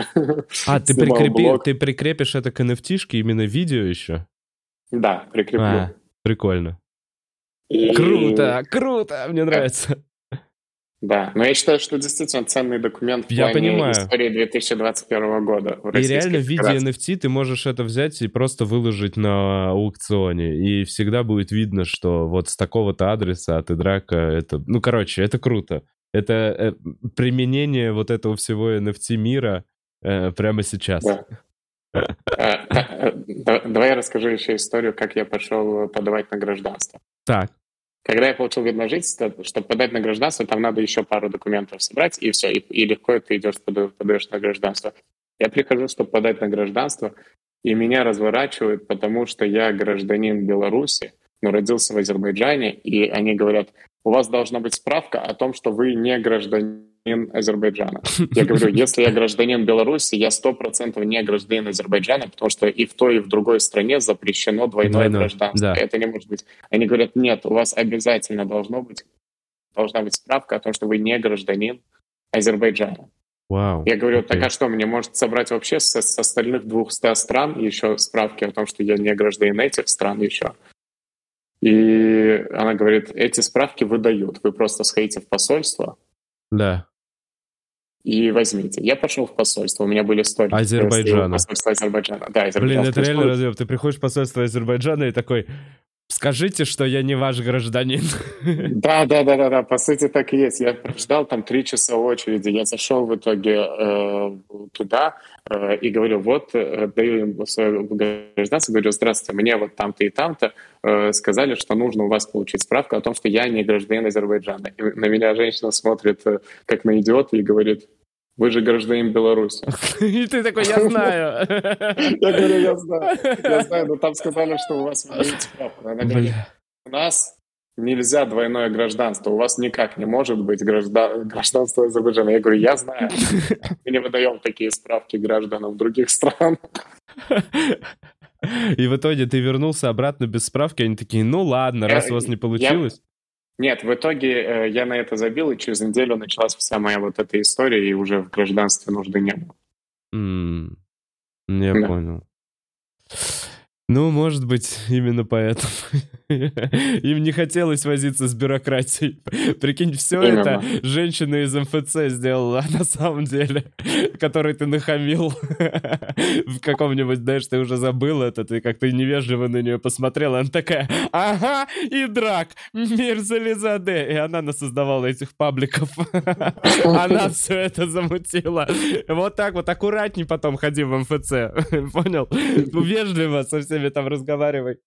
Ты прикрепишь это к NFT-шке, именно видео еще? Да, прикреплю. Прикольно. Круто, мне нравится. Да, но я считаю, что действительно ценный документ в плане истории 2021 года. И реально в виде NFT ты можешь это взять и просто выложить на аукционе, и всегда будет видно, что вот с такого-то адреса от Идрака это... это круто. Это применение вот этого всего NFT мира прямо сейчас. Да. Давай я расскажу еще историю, как я пошел подавать на гражданство. Так. Когда я получил вид на жительство, чтобы подать на гражданство, там надо еще пару документов собрать, и все, и легко ты идешь, подаешь на гражданство. Я прихожу, чтобы подать на гражданство, и меня разворачивают, потому что я гражданин Беларуси, но родился в Азербайджане, и они говорят, у вас должна быть справка о том, что вы не гражданин Азербайджана. Я говорю, если я гражданин Беларуси, я 100% не гражданин Азербайджана, потому что и в той, и в другой стране запрещено двойное гражданство. Да. Это не может быть. Они говорят, нет, у вас обязательно должна быть справка о том, что вы не гражданин Азербайджана. Вау. Я говорю, так а что, мне может собрать вообще с остальных 200 стран еще справки о том, что я не гражданин этих стран еще? И она говорит, эти справки выдают. Вы просто сходите в посольство. Да. И возьмите. Я пошел в посольство, у меня были истории. Азербайджана. Посольство Азербайджана. Да, Блин, это реально разъем. Ты приходишь в посольство Азербайджана и такой, скажите, что я не ваш гражданин. Да, по сути так и есть. Я ждал там 3 часа очереди. Я зашел в итоге туда и говорю, вот, даю им свое гражданство, говорю, здравствуйте, мне вот там-то и там-то сказали, что нужно у вас получить справку о том, что я не гражданин Азербайджана. И на меня женщина смотрит как на идиота и говорит, вы же гражданин Беларуси. И ты такой, я знаю. Я говорю, я знаю, но там сказали, что у вас есть справка. Она говорит, у нас нельзя двойное гражданство, у вас никак не может быть гражданство Азербайджана. Я говорю, я знаю. Мы не выдаем такие справки гражданам других стран. И в итоге ты вернулся обратно без справки, они такие, ну ладно, раз у вас не получилось. Нет, в итоге я на это забил, и через неделю началась вся моя вот эта история, и уже в гражданстве нужды не было. Я понял. Ну, может быть, именно поэтому. Им не хотелось возиться с бюрократией. Прикинь, все это женщина из МФЦ сделала, на самом деле, которой ты нахамил в каком-нибудь, знаешь, ты уже забыл это, ты как-то невежливо на нее посмотрел, она такая, ага, и драк, Мирзализаде. И она насоздавала этих пабликов. Она все это замутила. Вот так вот, аккуратней потом ходи в МФЦ. Понял? Вежливо совсем там разговаривай.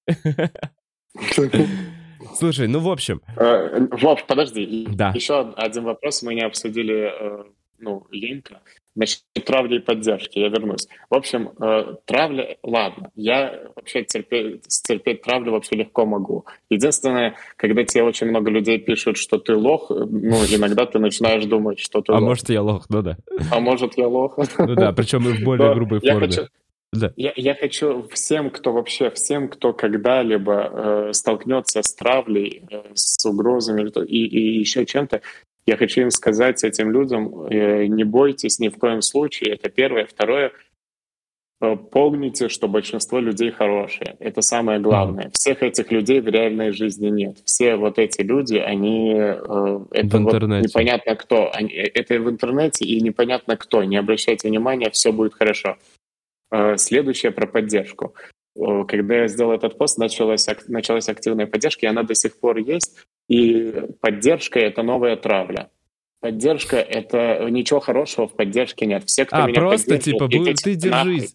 Слушай, ну в общем... Вов, подожди. Да. Еще один вопрос мы не обсудили, Ленька. Насчет травли и поддержки, я вернусь. В общем, травля, ладно. Я вообще стерпеть травлю вообще легко могу. Единственное, когда тебе очень много людей пишут, что ты лох, иногда ты начинаешь думать, что ты лох. А может, я лох, ну да. А может, я лох. Ну да, причем и в более грубой форме. Да. Я хочу всем, кто когда-либо столкнется с травлей, с угрозами и еще чем-то, я хочу им сказать, этим людям, не бойтесь ни в коем случае, это первое. Второе, помните, что большинство людей хорошие. Это самое главное. Всех этих людей в реальной жизни нет. Все вот эти люди, они... это в интернете. Непонятно кто. Это в интернете и непонятно кто. Не обращайте внимания, все будет хорошо. Следующее про поддержку. Когда я сделал этот пост, началась активная поддержка, и она до сих пор есть. И поддержка — это новая травля. Поддержка — это ничего хорошего в поддержке нет. Все, кто меня просто типа, ты держись.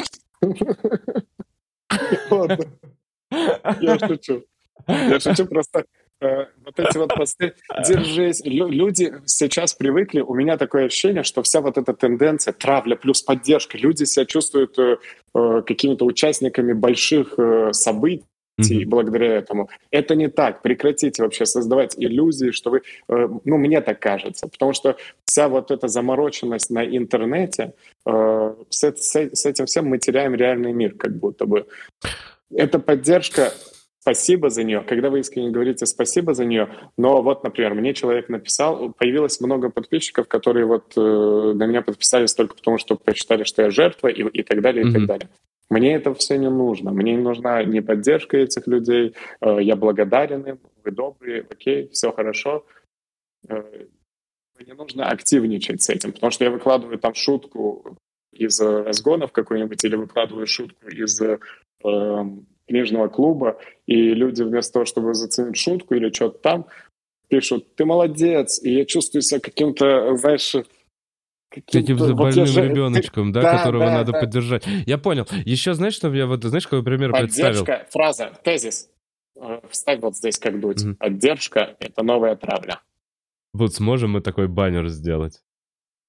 Я шучу просто. Вот эти вот посты, держись. Люди сейчас привыкли, у меня такое ощущение, что вся вот эта тенденция, травля плюс поддержка, люди себя чувствуют какими-то участниками больших событий благодаря этому. Это не так. Прекратите вообще создавать иллюзии, что вы... мне так кажется. Потому что вся вот эта замороченность на интернете, с этим всем мы теряем реальный мир как будто бы. Эта поддержка... Спасибо за нее. Когда вы искренне говорите спасибо за нее, но вот, например, мне человек написал, появилось много подписчиков, которые вот на меня подписались только потому, что посчитали, что я жертва и так далее, и так далее. Мне это все не нужно. Мне не нужна ни поддержка этих людей. Я благодарен им, вы добрые, окей, все хорошо. Не нужно активничать с этим, потому что я выкладываю там шутку из разгонов какой-нибудь или выкладываю шутку из... книжного клуба, и люди вместо того, чтобы заценить шутку или что-то там, пишут, ты молодец, и я чувствую себя каким-то, знаешь... Таким больным ребеночком, которого надо поддержать. Я понял. Еще знаешь, что я знаешь, какой пример представил? Поддержка, фраза, тезис. Вставь вот здесь как дуть. Поддержка — это новая травля. Вот сможем мы такой баннер сделать?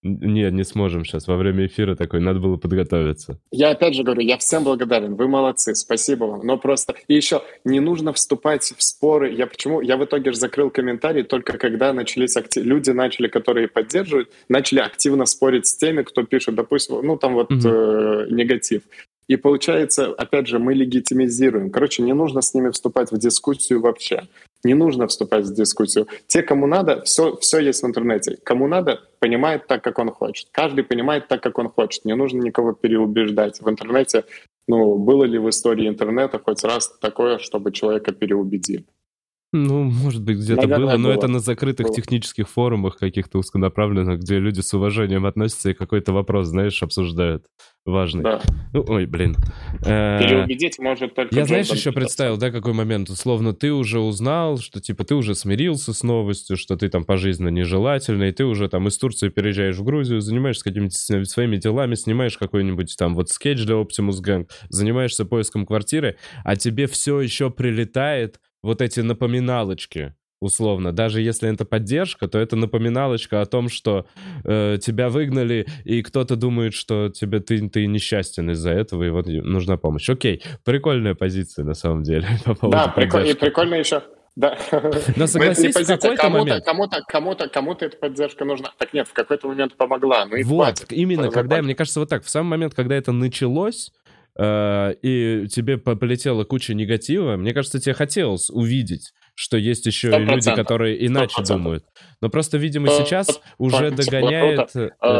Нет, не сможем сейчас. Во время эфира такой, надо было подготовиться. Я опять же говорю, я всем благодарен. Вы молодцы, спасибо вам. Но просто... И еще не нужно вступать в споры. Я в итоге же закрыл комментарии только когда начались люди начали, которые поддерживают, начали активно спорить с теми, кто пишет, допустим, негатив. И получается, опять же, мы легитимизируем. Короче, не нужно с ними вступать в дискуссию вообще. Не нужно вступать в дискуссию. Те, кому надо, все есть в интернете. Кому надо, понимает так, как он хочет. Каждый понимает так, как он хочет. Не нужно никого переубеждать. В интернете, было ли в истории интернета хоть раз такое, чтобы человека переубедили? Может быть, где-то было, но это на закрытых технических форумах каких-то узконаправленных, где люди с уважением относятся и какой-то вопрос, знаешь, обсуждают важный. Да. Переубедить может только... Я, знаешь, еще представил, какой момент. Условно, ты уже узнал, что, ты уже смирился с новостью, что ты там пожизненно нежелательный, и ты уже там из Турции переезжаешь в Грузию, занимаешься какими-то своими делами, снимаешь какой-нибудь там скетч для Optimus Gang, занимаешься поиском квартиры, а тебе все еще прилетает эти напоминалочки, условно. Даже если это поддержка, то это напоминалочка о том, что тебя выгнали, и кто-то думает, что ты несчастен из-за этого, и нужна помощь. Окей, прикольная позиция, на самом деле. Да, прикольно еще... Да. Но согласись, в какой-то момент... Кому-то эта поддержка нужна. Так нет, в какой-то момент помогла. Именно, мне кажется, в самый момент, когда это началось, и тебе полетела куча негатива, мне кажется, тебе хотелось увидеть, что есть еще и люди, которые иначе 100%. Думают. Но просто, видимо, сейчас уже догоняет...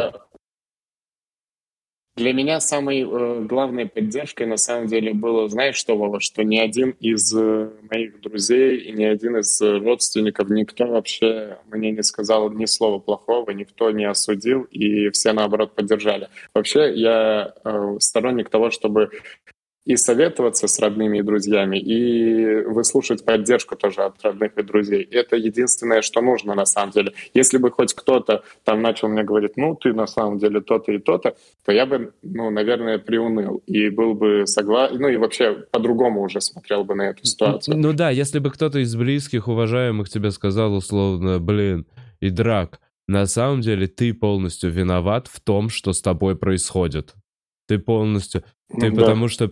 Для меня самой главной поддержкой на самом деле было, знаешь что, Вова, что ни один из моих друзей и ни один из родственников, никто вообще мне не сказал ни слова плохого, никто не осудил, и все, наоборот, поддержали. Вообще, я сторонник того, чтобы и советоваться с родными и друзьями, и выслушать поддержку тоже от родных и друзей. Это единственное, что нужно на самом деле. Если бы хоть кто-то там начал мне говорить, ты на самом деле то-то и то-то, то я бы, наверное, приуныл и был бы согласен, и вообще по-другому уже смотрел бы на эту ситуацию. Если бы кто-то из близких, уважаемых тебе сказал условно, Идрак, на самом деле ты полностью виноват в том, что с тобой происходит. Ты полностью... потому что...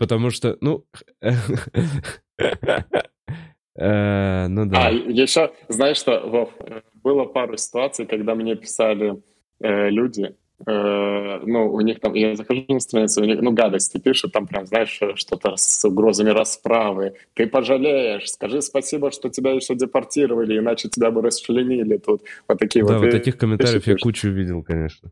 Еще, знаешь что, Вов, было пару ситуаций, когда мне писали люди, у них там, я захожу на страницу, у них, гадости пишут, там прям, знаешь, что-то с угрозами расправы. Ты пожалеешь, скажи спасибо, что тебя еще депортировали, иначе тебя бы расчленили тут. Вот такие вот. Да, таких комментариев я кучу видел, конечно.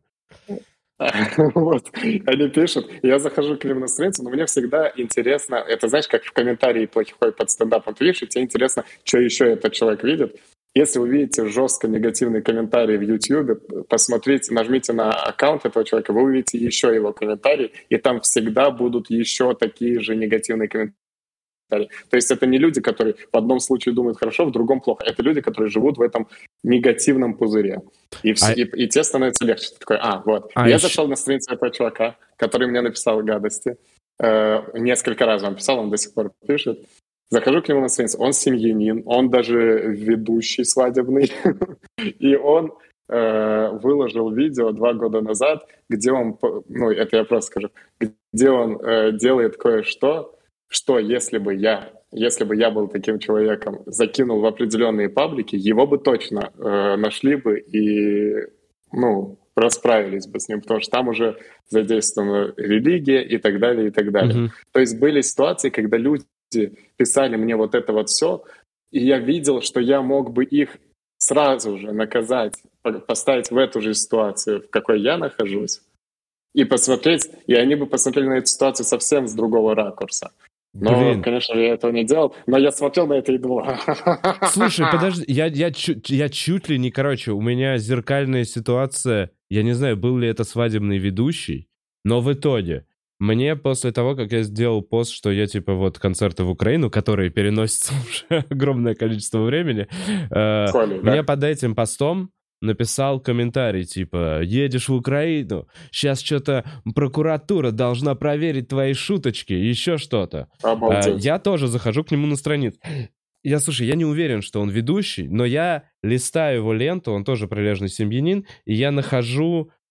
Они пишут, я захожу к ним на страницу, но мне всегда интересно, это знаешь, как в комментарии плохой под стендапом ты видишь, и тебе интересно, что еще этот человек видит. Если вы видите жестко негативный комментарий в YouTube, посмотрите, нажмите на аккаунт этого человека, вы увидите еще его комментарий, и там всегда будут еще такие же негативные комментарии. То есть это не люди, которые в одном случае думают хорошо, в другом плохо. Это люди, которые живут в этом негативном пузыре. И тебе становится легче. Ты такой, я зашел на страницу этого чувака, который мне написал гадости. Несколько раз он писал, он до сих пор пишет. Захожу к нему на страницу. Он семьянин, он даже ведущий свадебный. И он выложил видео 2 года назад, где он, это я просто скажу, где он делает кое-что, что если бы я был таким человеком, закинул в определенные паблики, его бы точно нашли бы и, расправились бы с ним, потому что там уже задействована религия и так далее, и так далее. Mm-hmm. То есть были ситуации, когда люди писали мне вот это вот все, и я видел, что я мог бы их сразу же наказать, поставить в эту же ситуацию, в какой я нахожусь, и посмотреть, и они бы посмотрели на эту ситуацию совсем с другого ракурса. Но, конечно, я этого не делал, но я смотрел на это и думал... Слушай, подожди, я чуть ли не, у меня зеркальная ситуация, я не знаю, был ли это свадебный ведущий, но в итоге мне после того, как я сделал пост, что я, концерты в Украину, которые переносятся уже огромное количество времени, мне под этим постом написал комментарий, едешь в Украину, сейчас что-то прокуратура должна проверить твои шуточки, еще что-то. Я тоже захожу к нему на страницу. Я не уверен, что он ведущий, но я листаю его ленту, он тоже прилежный семьянин, и я нахожу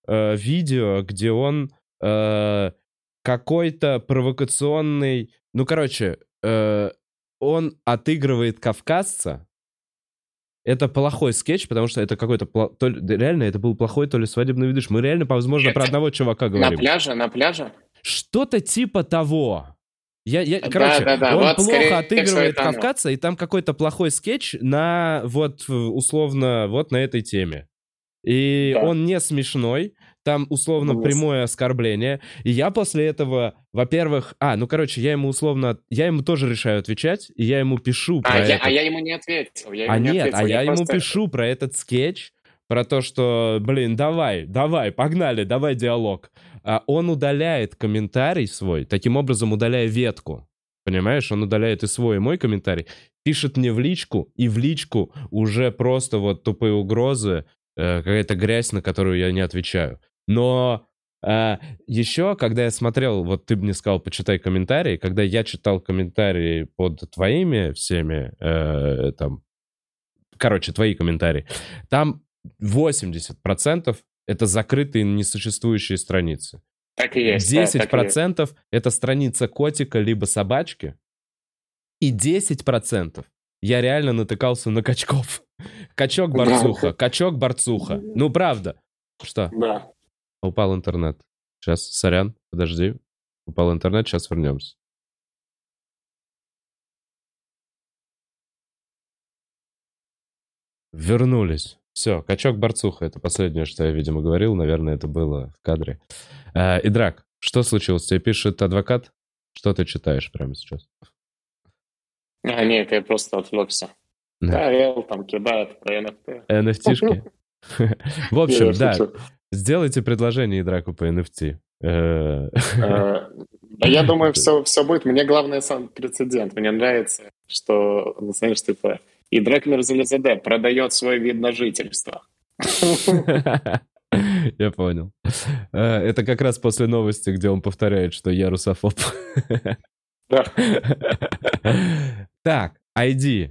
видео, где он какой-то провокационный... Ну, короче, он отыгрывает кавказца. Это плохой скетч, потому что это какой-то... Реально, это был плохой то ли свадебный видыш. Мы реально, возможно, про одного чувака говорим. На пляже? Что-то типа того. Короче, он вот плохо отыгрывает кавказца, и там какой-то плохой скетч на вот условно вот на этой теме. И он не смешной, там условно прямое оскорбление. И я после этого, во-первых... я ему тоже решаю отвечать, и я ему пишу про это. А я ему не ответил. Я ему пишу про этот скетч, про то, что, давай, погнали, давай диалог. Он удаляет комментарий свой, таким образом удаляя ветку. Понимаешь, он удаляет и свой, и мой комментарий, пишет мне в личку, и в личку уже просто вот тупые угрозы, какая-то грязь, на которую я не отвечаю. Но еще, когда я смотрел, вот ты мне сказал, почитай комментарии, когда я читал комментарии под твоими всеми, твои комментарии, там 80% это закрытые несуществующие страницы. Так и есть. 10% это страница котика либо собачки, и 10% я реально натыкался на качков. Качок-борцуха, качок-борцуха. Ну, правда. Что? Да. Упал интернет. Сейчас, сорян, подожди. Упал интернет, сейчас вернемся. Вернулись. Все, качок-борцуха. Это последнее, что я, видимо, говорил. Наверное, это было в кадре. Идрак, что случилось? Тебе пишет адвокат? Что ты читаешь прямо сейчас? Нет, я просто отвлекся. Эл там кидает про NFT. NFT-шки? В общем, да. Сделайте предложение Идраку по NFT. Я думаю, все будет. Мне главное сам прецедент. Мне нравится, что, знаешь, типа, Идрак Мирзализаде продает свой вид на жительство. Я понял. Это как раз после новости, где он повторяет, что я русофоб. Так, ID.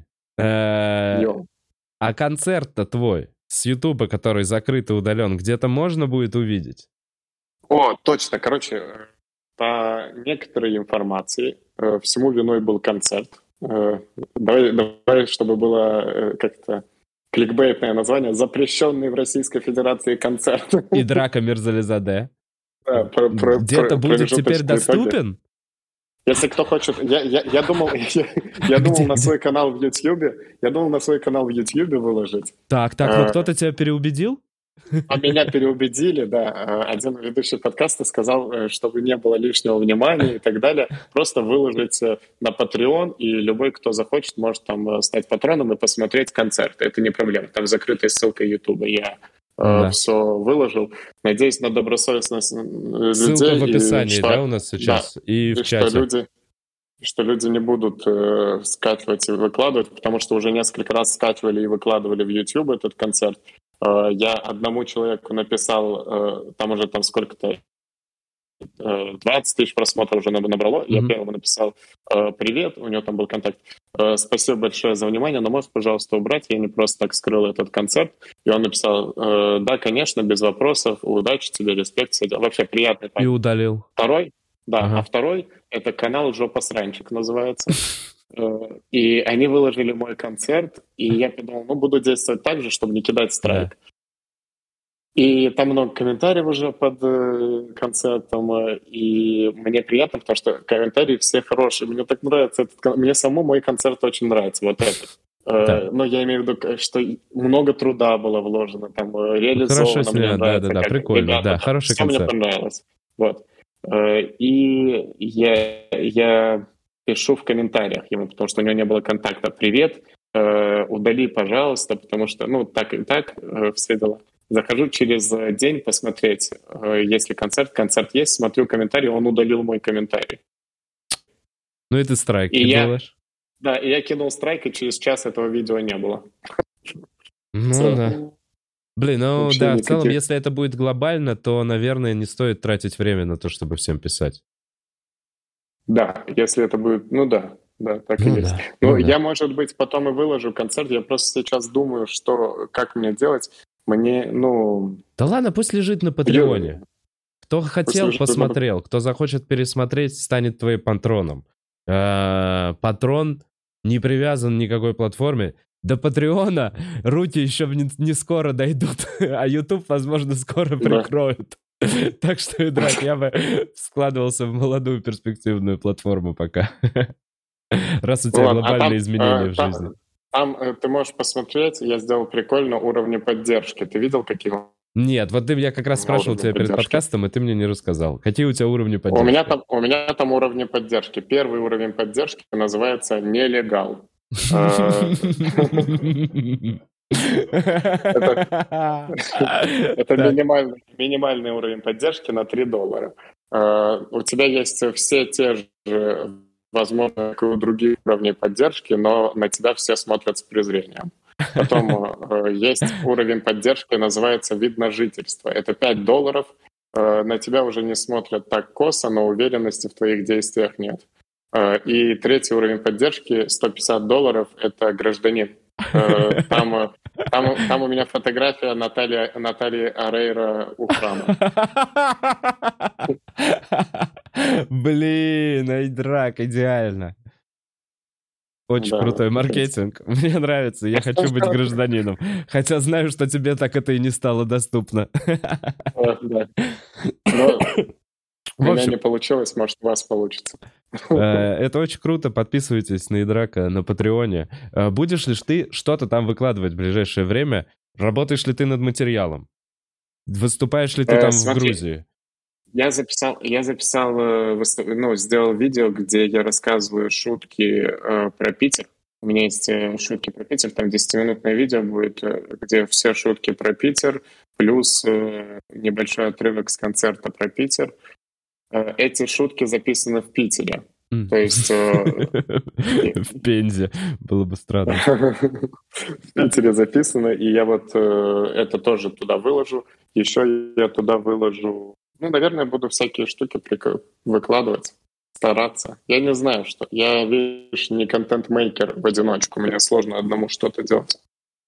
А концерт-то твой с Ютуба, который закрыт и удален, где-то можно будет увидеть? О, точно. Короче, по некоторой информации, всему виной был концерт. Давай, чтобы было как-то кликбейтное название, запрещенный в Российской Федерации концерт. Идрака Мирзализаде. Где-то будет теперь доступен? Если кто хочет... Я думал на свой канал в Ютьюбе. Я думал на свой канал в Ютьюбе выложить. Так, ну кто-то тебя переубедил? А меня переубедили, да. Один ведущий подкаста сказал, чтобы не было лишнего внимания и так далее. Просто выложить на Patreon, и любой, кто захочет, может там стать патроном и посмотреть концерт. Это не проблема. Там закрытая ссылка Ютуба. Я все выложил. Надеюсь на добросовестность людей. Ссылка в описании, да, у нас сейчас? Да. И в чате. Что люди не будут скачивать и выкладывать, потому что уже несколько раз скачивали и выкладывали в YouTube этот концерт. Я одному человеку написал, там уже сколько-то, 20 тысяч просмотров уже набрало. Я первому написал «Привет», у него там был контакт. «Спасибо большое за внимание, но можешь, пожалуйста, убрать? Я не просто так скрыл этот концерт». И он написал «Да, конечно, без вопросов, удачи тебе, респект». Вообще приятный. И удалил. Второй, а второй — это канал «Жопа Сранчик» называется. И они выложили мой концерт, и я подумал, буду действовать так же, чтобы не кидать страйк. Да. И там много комментариев уже под концертом, и мне приятно, потому что комментарии все хорошие. Мне так нравится мне самому мой концерт очень нравится, вот этот. Да. Но я имею в виду, что много труда было вложено, там реализовано. Хорошо, мне нравится. Да, прикольно, ребята, да, хороший концерт. Мне понравилось. Вот. И я пишу в комментариях ему, потому что у него не было контакта. «Привет, удали, пожалуйста», потому что, так и так, все дела. Захожу через день посмотреть, есть ли концерт есть, смотрю комментарий, он удалил мой комментарий. Ну, это страйк делаешь? Да, и я кинул страйк, и через час этого видео не было. Да. Блин, в целом, если это будет глобально, то, наверное, не стоит тратить время на то, чтобы всем писать. Да, если это будет, так и есть. Я, может быть, потом и выложу концерт. Я просто сейчас думаю, как мне делать. Мне, ну... Да ладно, пусть лежит на Патреоне. Кто хотел, посмотрел. Кто захочет пересмотреть, станет твоим патроном. Патрон не привязан ни к какой платформе. До Патреона руки еще не скоро дойдут, а YouTube, возможно, скоро прикроют. Так что, Идрак, я бы складывался в молодую перспективную платформу пока. Раз у тебя глобальные изменения в жизни. Там ты можешь посмотреть, я сделал прикольно уровни поддержки. Ты видел, какие? Нет, вот я как раз спрашивал тебя перед подкастом, и ты мне не рассказал. Какие у тебя уровни поддержки? У меня там уровни поддержки. Первый уровень поддержки называется «Нелегал». Это минимальный уровень поддержки на $3. У тебя есть все те же, возможно, как и у других уровней поддержки, но на тебя все смотрят с презрением. Потом есть уровень поддержки, называется «Вид на жительство». Это $5. На тебя уже не смотрят так косо, но уверенности в твоих действиях нет. И третий уровень поддержки, $150, это гражданин. Там у меня фотография Натальи Орейро у храма. Блин, Айдрак, идеально. Очень крутой маркетинг. Мне нравится. Я хочу быть гражданином. Хотя знаю, что тебе так это и не стало доступно. Да. Но у меня не получилось, может, у вас получится. Это очень круто. Подписывайтесь на Идрака на Патреоне. Будешь ли ты что-то там выкладывать в ближайшее время? Работаешь ли ты над материалом? Выступаешь ли ты там в Грузии? Я записал, сделал видео, где я рассказываю шутки про Питер. У меня есть шутки про Питер, там 10-минутное видео будет, где все шутки про Питер, плюс небольшой отрывок с концерта про Питер. Эти шутки записаны в Питере. То есть... В Пензе. Было бы странно. В Питере записано, и я вот это тоже туда выложу. Еще я туда выложу... наверное, буду всякие штуки выкладывать, стараться. Я не знаю, что. Я, видишь, не контент-мейкер в одиночку. Мне сложно одному что-то делать.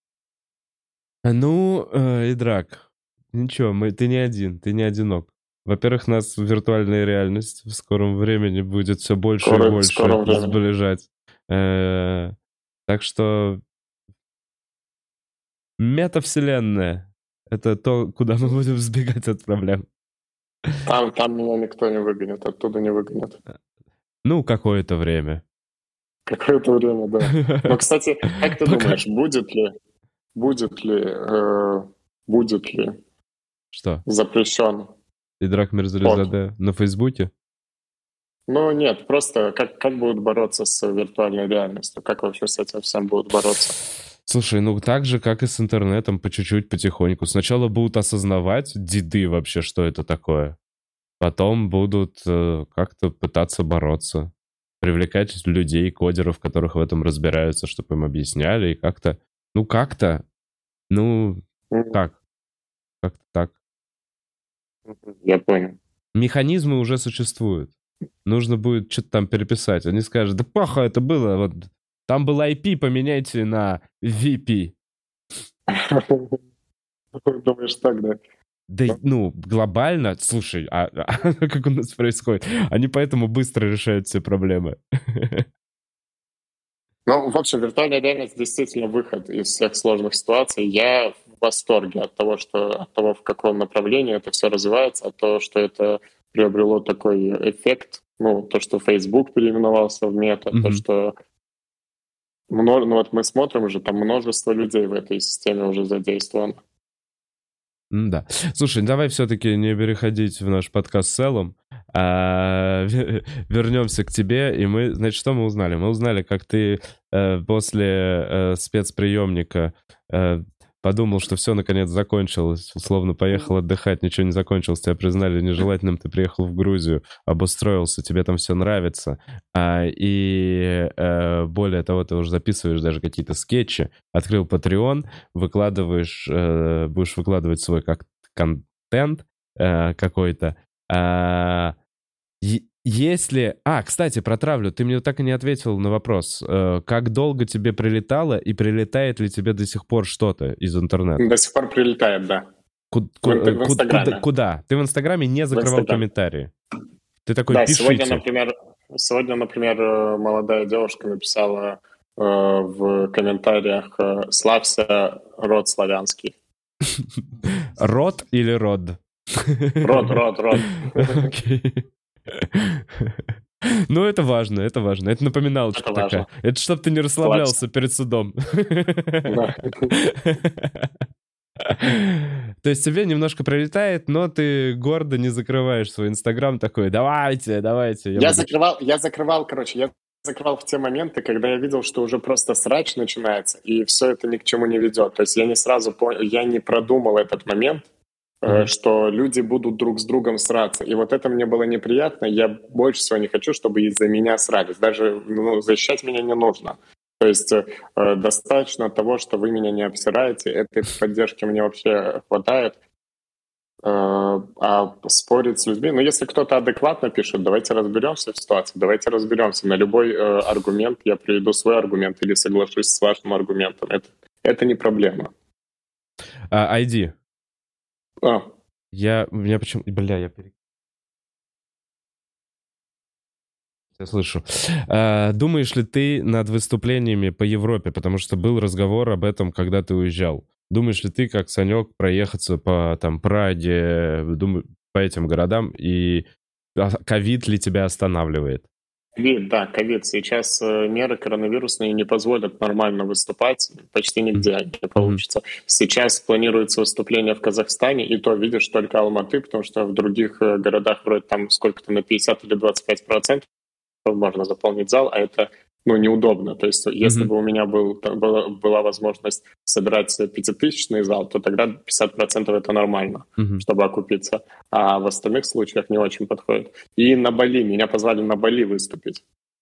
Идрак, ничего, ты не один, ты не одинок. Во-первых, нас виртуальная реальность в скором времени будет все больше и больше сближать. Так что метавселенная — это то, куда мы будем сбегать от проблем. Там меня никто не выгонит, оттуда не выгонят. Какое-то время. Какое-то время, да. Но, кстати, как ты думаешь, будет ли что? Запрещен Идрак Мирзализаде на Фейсбуке? Нет, просто как будут бороться с виртуальной реальностью? Как вообще с этим всем будут бороться? Слушай, так же, как и с интернетом, по чуть-чуть, потихоньку. Сначала будут осознавать деды вообще, что это такое. Потом будут как-то пытаться бороться. Привлекать людей, кодеров, которых в этом разбираются, чтобы им объясняли. И как-то... Как-то так. Я понял. Механизмы уже существуют. Нужно будет что-то там переписать. Они скажут, да плохо это было. Вот там был IP, поменяйте на VP. Думаешь так, да? Да, глобально, слушай, как у нас происходит? Они поэтому быстро решают все проблемы. В общем, виртуальная реальность действительно выход из всех сложных ситуаций. Я в восторге от того, в каком направлении это все развивается, от того, что это приобрело такой эффект. То, что Facebook переименовался в Мета, то, что мы смотрим уже, там множество людей в этой системе уже задействовано. Да. Слушай, давай все-таки не переходить в наш подкаст в целом, а вернемся к тебе, и что мы узнали? Мы узнали, как ты после спецприемника подумал, что все наконец закончилось, условно поехал отдыхать, ничего не закончилось, тебя признали нежелательным, ты приехал в Грузию, обустроился, тебе там все нравится, и более того, ты уже записываешь даже какие-то скетчи, открыл Patreon, будешь выкладывать свой контент какой-то. Если... кстати, про травлю. Ты мне так и не ответил на вопрос. Как долго тебе прилетало и прилетает ли тебе до сих пор что-то из интернета? До сих пор прилетает, да. В Инстаграме. Куда? Ты в Инстаграме не закрывал комментарии. Ты такой, да, пишите. Сегодня, например, молодая девушка написала в комментариях «Славься, род славянский». Род или род? Род. Окей. Ну, это важно. Это напоминалочка такая. Это чтоб ты не расслаблялся перед судом. То есть тебе немножко прилетает, но ты гордо не закрываешь свой Инстаграм такой, давайте. Я закрывал в те моменты, когда я видел, что уже просто срач начинается, и все это ни к чему не ведет. То есть я не сразу понял, я не продумал этот момент, что люди будут друг с другом сраться. И вот это мне было неприятно. Я больше всего не хочу, чтобы из-за меня срались. Даже защищать меня не нужно. То есть достаточно того, что вы меня не обсираете. Этой поддержки мне вообще хватает. А спорить с людьми... если кто-то адекватно пишет, давайте разберемся в ситуации, давайте разберемся. На любой аргумент я приведу свой аргумент или соглашусь с вашим аргументом. Это не проблема. ID. У меня почему... Я слышу. Думаешь ли ты над выступлениями по Европе? Потому что был разговор об этом, когда ты уезжал. Думаешь ли ты, как Санек, проехаться по Праге, по этим городам, и ковид ли тебя останавливает? Ковид. Сейчас меры коронавирусные не позволят нормально выступать, почти нигде не получится. Сейчас планируется выступление в Казахстане, и то видишь только Алматы, потому что в других городах вроде там сколько-то на 50 или 25% можно заполнить зал, а это неудобно. То есть если бы у меня была возможность собирать 5000-ный зал, то тогда 50% это нормально, чтобы окупиться. А в остальных случаях не очень подходит. И на Бали. Меня позвали на Бали выступить.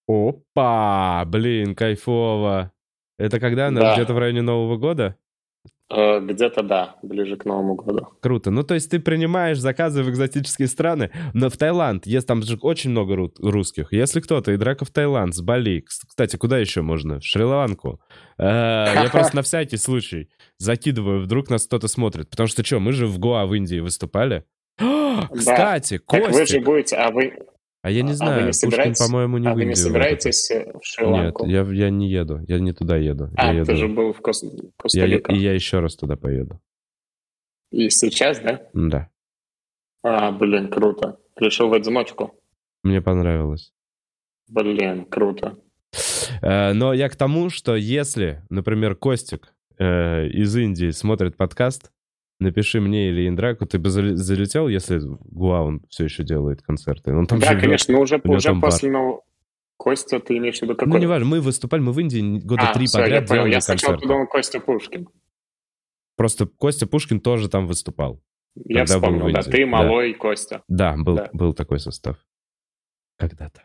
Опа! Блин, кайфово. Это когда? Да. Где-то в районе Нового года? Где-то, да, ближе к Новому году. Круто. То есть ты принимаешь заказы в экзотические страны, но в Таиланд, там же очень много русских. Если кто-то, и драка в Таиланд, с Бали. Кстати, куда еще можно? В Шри-Ланку. Я просто на всякий случай закидываю, вдруг нас кто-то смотрит. Потому что мы же в Гоа, в Индии выступали. Кстати, Костик. Так вы же будете, я не знаю, Пушкин, по-моему, не в Индию. Вы не собираетесь в Шри-Ланку? Нет, я не еду, я не туда еду. Ты же был в Коста-Рике. И я еще раз туда поеду. И сейчас, да? Да. Блин, круто. Пришел в одиночку? Мне понравилось. Блин, круто. Но я к тому, что если, например, Костик из Индии смотрит подкаст, напиши мне или Индраку, ты бы залетел, если Гоа он все еще делает концерты? Он там живет, конечно, уже после нового... Костя, ты имеешь в виду какой? Не важно, мы выступали, мы в Индии года 3 подряд делали концерты. Я сначала подумал Костя Пушкин. Просто Костя Пушкин тоже там выступал. Я вспомнил, да, ты, Малой, Костя. Да, был такой состав. Когда-то.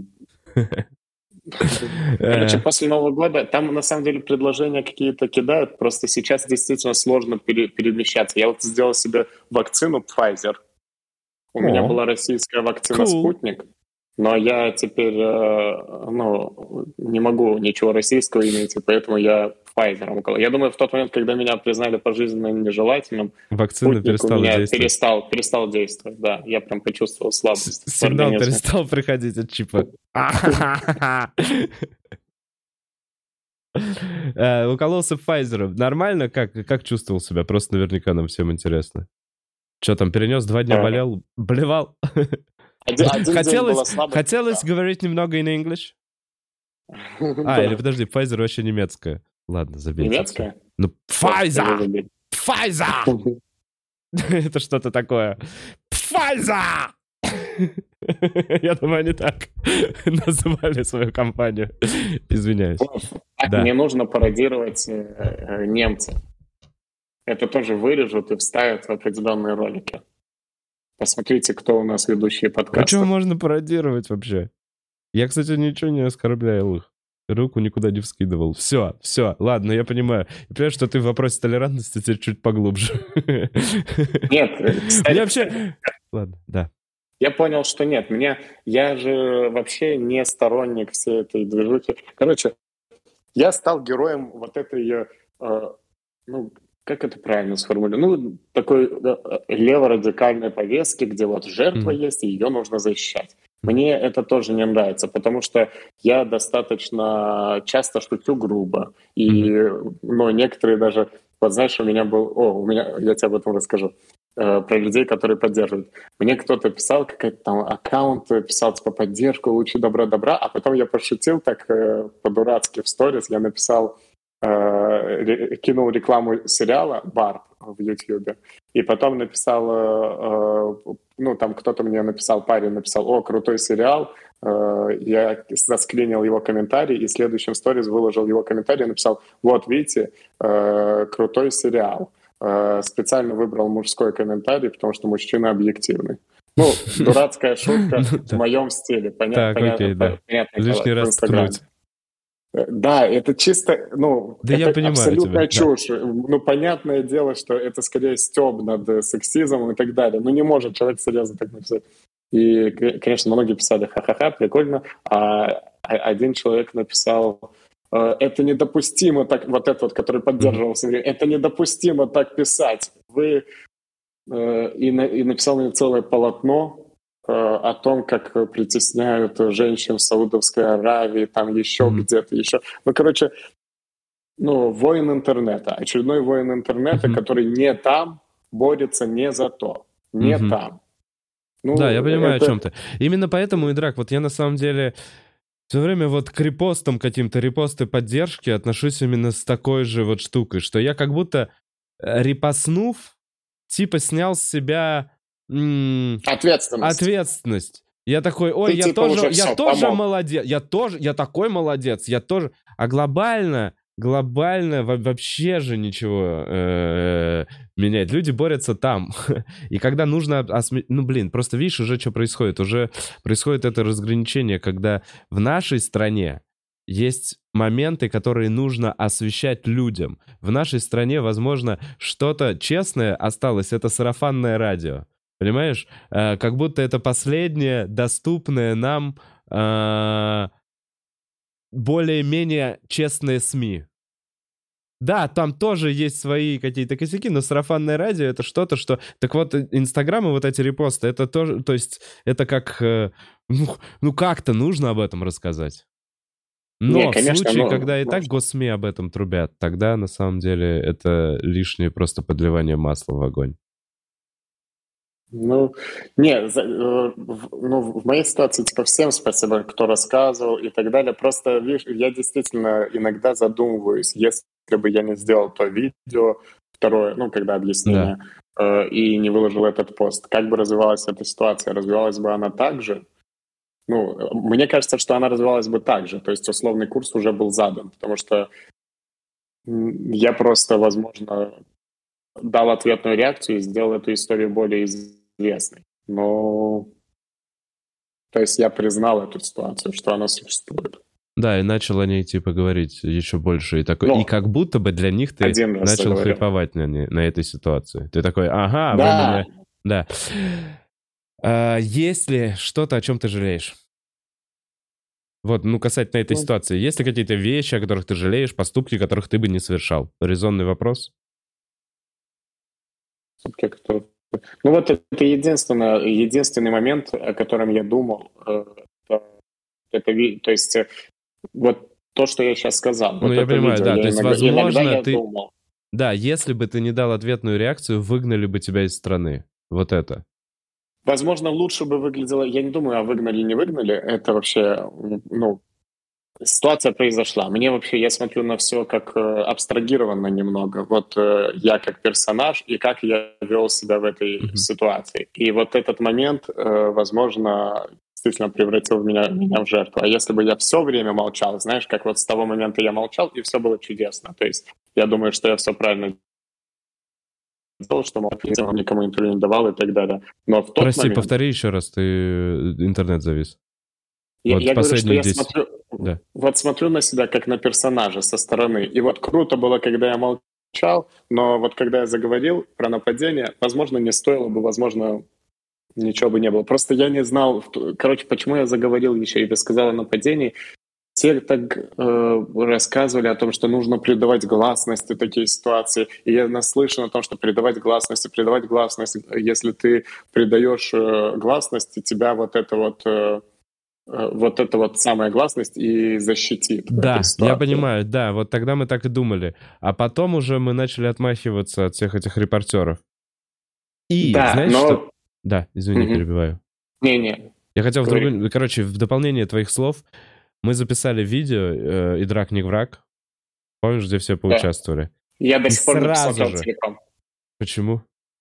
Короче, после Нового года там на самом деле предложения какие-то кидают, просто сейчас действительно сложно перемещаться. Я сделал себе вакцину Pfizer. У меня была российская вакцина «Спутник», но я теперь не могу ничего российского иметь, и поэтому я Pfizer уколол. Я думаю, в тот момент, когда меня признали пожизненно нежелательным, вакцина перестал действовать. Да, я прям почувствовал слабость. Сигнал перестал приходить от чипа. Укололся Pfizer. Нормально? Как чувствовал себя? Просто наверняка нам всем интересно. Что там, перенес 2 дня, блевал? Хотелось говорить немного in English? Или подожди, Pfizer вообще немецкая. Ладно, забейте. Немецкая? Pfizer! Pfizer! Это что-то такое. Pfizer! Я думаю, они так называли свою компанию. Извиняюсь. Не нужно пародировать немцев. Это тоже вырежут и вставят в определенные ролики. Посмотрите, кто у нас ведущие подкаста. А что можно пародировать вообще? Я, кстати, ничего не оскорбляю их. Руку никуда не вскидывал. Все, ладно, я понимаю. Я понимаю, что ты в вопросе толерантности теперь чуть поглубже. Нет, кстати... Я вообще... Ладно, да. Я понял, что нет. Я же вообще не сторонник всей этой движухи. Короче, я стал героем вот этой, ну, как это правильно сформулировать? Ну, такой леворадикальной повестки, где вот жертва есть, и ее нужно защищать. Мне это тоже не нравится, потому что я достаточно часто шучу грубо. И, ну, некоторые даже... Вот знаешь, я тебе об этом расскажу. Про людей, которые поддерживают. Мне кто-то писал, какой-то там аккаунт писал, типа, поддержку, лучше добра-добра, а потом я пошутил так по-дурацки в сторис, я написал, кинул рекламу сериала «Бар» в Ютьюбе, и потом написал, ну, там кто-то мне написал, парень написал: «О, крутой сериал», я заскринил его комментарий, и в следующем сторис выложил его комментарий и написал: «Вот, видите, крутой сериал». Специально выбрал мужской комментарий, потому что мужчина объективный. Ну, дурацкая шутка в моем стиле. Понятно. Лишний раз ткнуть. Да, это чисто, ну, да, это абсолютная чушь. Да. Ну, понятное дело, что это скорее стёб над сексизмом и так далее. Ну, не может человек серьезно так написать. И, конечно, многие писали: ха-ха-ха, прикольно. А один человек написал: это недопустимо так, вот этот вот, который поддерживал все время, это недопустимо так писать. Вы... И написал мне целое полотно о том, как притесняют женщин в Саудовской Аравии, там еще где-то еще. Ну, короче, воин интернета. Очередной воин интернета, который не там, борется не за то. Не там. Ну, да, я понимаю, о чем ты. Именно поэтому, Идрак, вот я на самом деле... Все время вот к репостам каким-то, репосты поддержки отношусь именно с такой же вот штукой, что я как будто репостнув, типа снял с себя ответственность. Я такой: ой, я тоже молодец, я такой молодец, я тоже... А глобально вообще же ничего менять. Люди борются там. И когда нужно... просто видишь, уже что происходит. Уже происходит это разграничение, когда в нашей стране есть моменты, которые нужно освещать людям. В нашей стране, возможно, что-то честное осталось. Это сарафанное радио. Понимаешь? Как будто это последнее доступное нам... более-менее честные СМИ. Да, там тоже есть свои какие-то косяки, но сарафанное радио — это что-то, что... Так вот, Инстаграм и вот эти репосты, это тоже... То есть это как... как-то нужно об этом рассказать. Но конечно, в случае, когда и так госсми об этом трубят, тогда на самом деле это лишнее просто подливание масла в огонь. В моей ситуации, типа, всем спасибо, кто рассказывал и так далее. Просто, видишь, я действительно иногда задумываюсь, если бы я не сделал то видео, второе, когда объяснение, и не выложил этот пост, как бы развивалась эта ситуация? Развивалась бы она так же? Мне кажется, что она развивалась бы так же. То есть условный курс уже был задан, потому что я просто, возможно, дал ответную реакцию и сделал эту историю более известной. То есть я признал эту ситуацию, что она существует. Да, и начал о ней типа говорить еще больше. И как будто бы для них ты начал хайповать на этой ситуации. Ты такой: ага, да. Вы меня... Да. Есть ли что-то, о чем ты жалеешь? Вот, касательно этой ситуации. Есть ли какие-то вещи, о которых ты жалеешь, поступки, которых ты бы не совершал? Резонный вопрос. Это единственный момент, о котором я думал. То есть вот то, что я сейчас сказал. Я понимаю, да. То есть, возможно, ты... Думал. Да, если бы ты не дал ответную реакцию, выгнали бы тебя из страны. Вот это. Возможно, лучше бы выглядело... Я не думаю, выгнали, не выгнали. Это вообще... Ситуация произошла. Я смотрю на все как абстрагированно немного. Вот я как персонаж и как я вел себя в этой ситуации. И вот этот момент, возможно, действительно превратил меня в жертву. А если бы я все время молчал, знаешь, как вот с того момента я молчал, и все было чудесно. То есть я думаю, что я все правильно делал, что никому интервью не давал и так далее. Но в тот момент... повтори еще раз, ты интернет завис. Я говорю, что я смотрю на себя как на персонажа со стороны. И вот круто было, когда я молчал, но вот когда я заговорил про нападение, возможно, не стоило бы, ничего бы не было. Просто я не знал, короче, почему я заговорил еще и рассказал о нападении. Все так рассказывали о том, что нужно придавать гласности такие ситуации. И я наслышан о том, что придавать гласность. Если ты придаешь гласности, тебя вот эта вот самая гласность и защитит в этой Да, ситуации. я понимаю, да, вот тогда мы так и думали. А потом уже мы начали отмахиваться от всех этих репортеров. И, да, знаешь но... что? Да, извини, перебиваю. Не-не. Я хотел короче, в дополнение твоих слов, мы записали видео «И драк не враг». Помнишь, где все поучаствовали? Да. Я до сих пор не посмотрел же... целиком. Почему?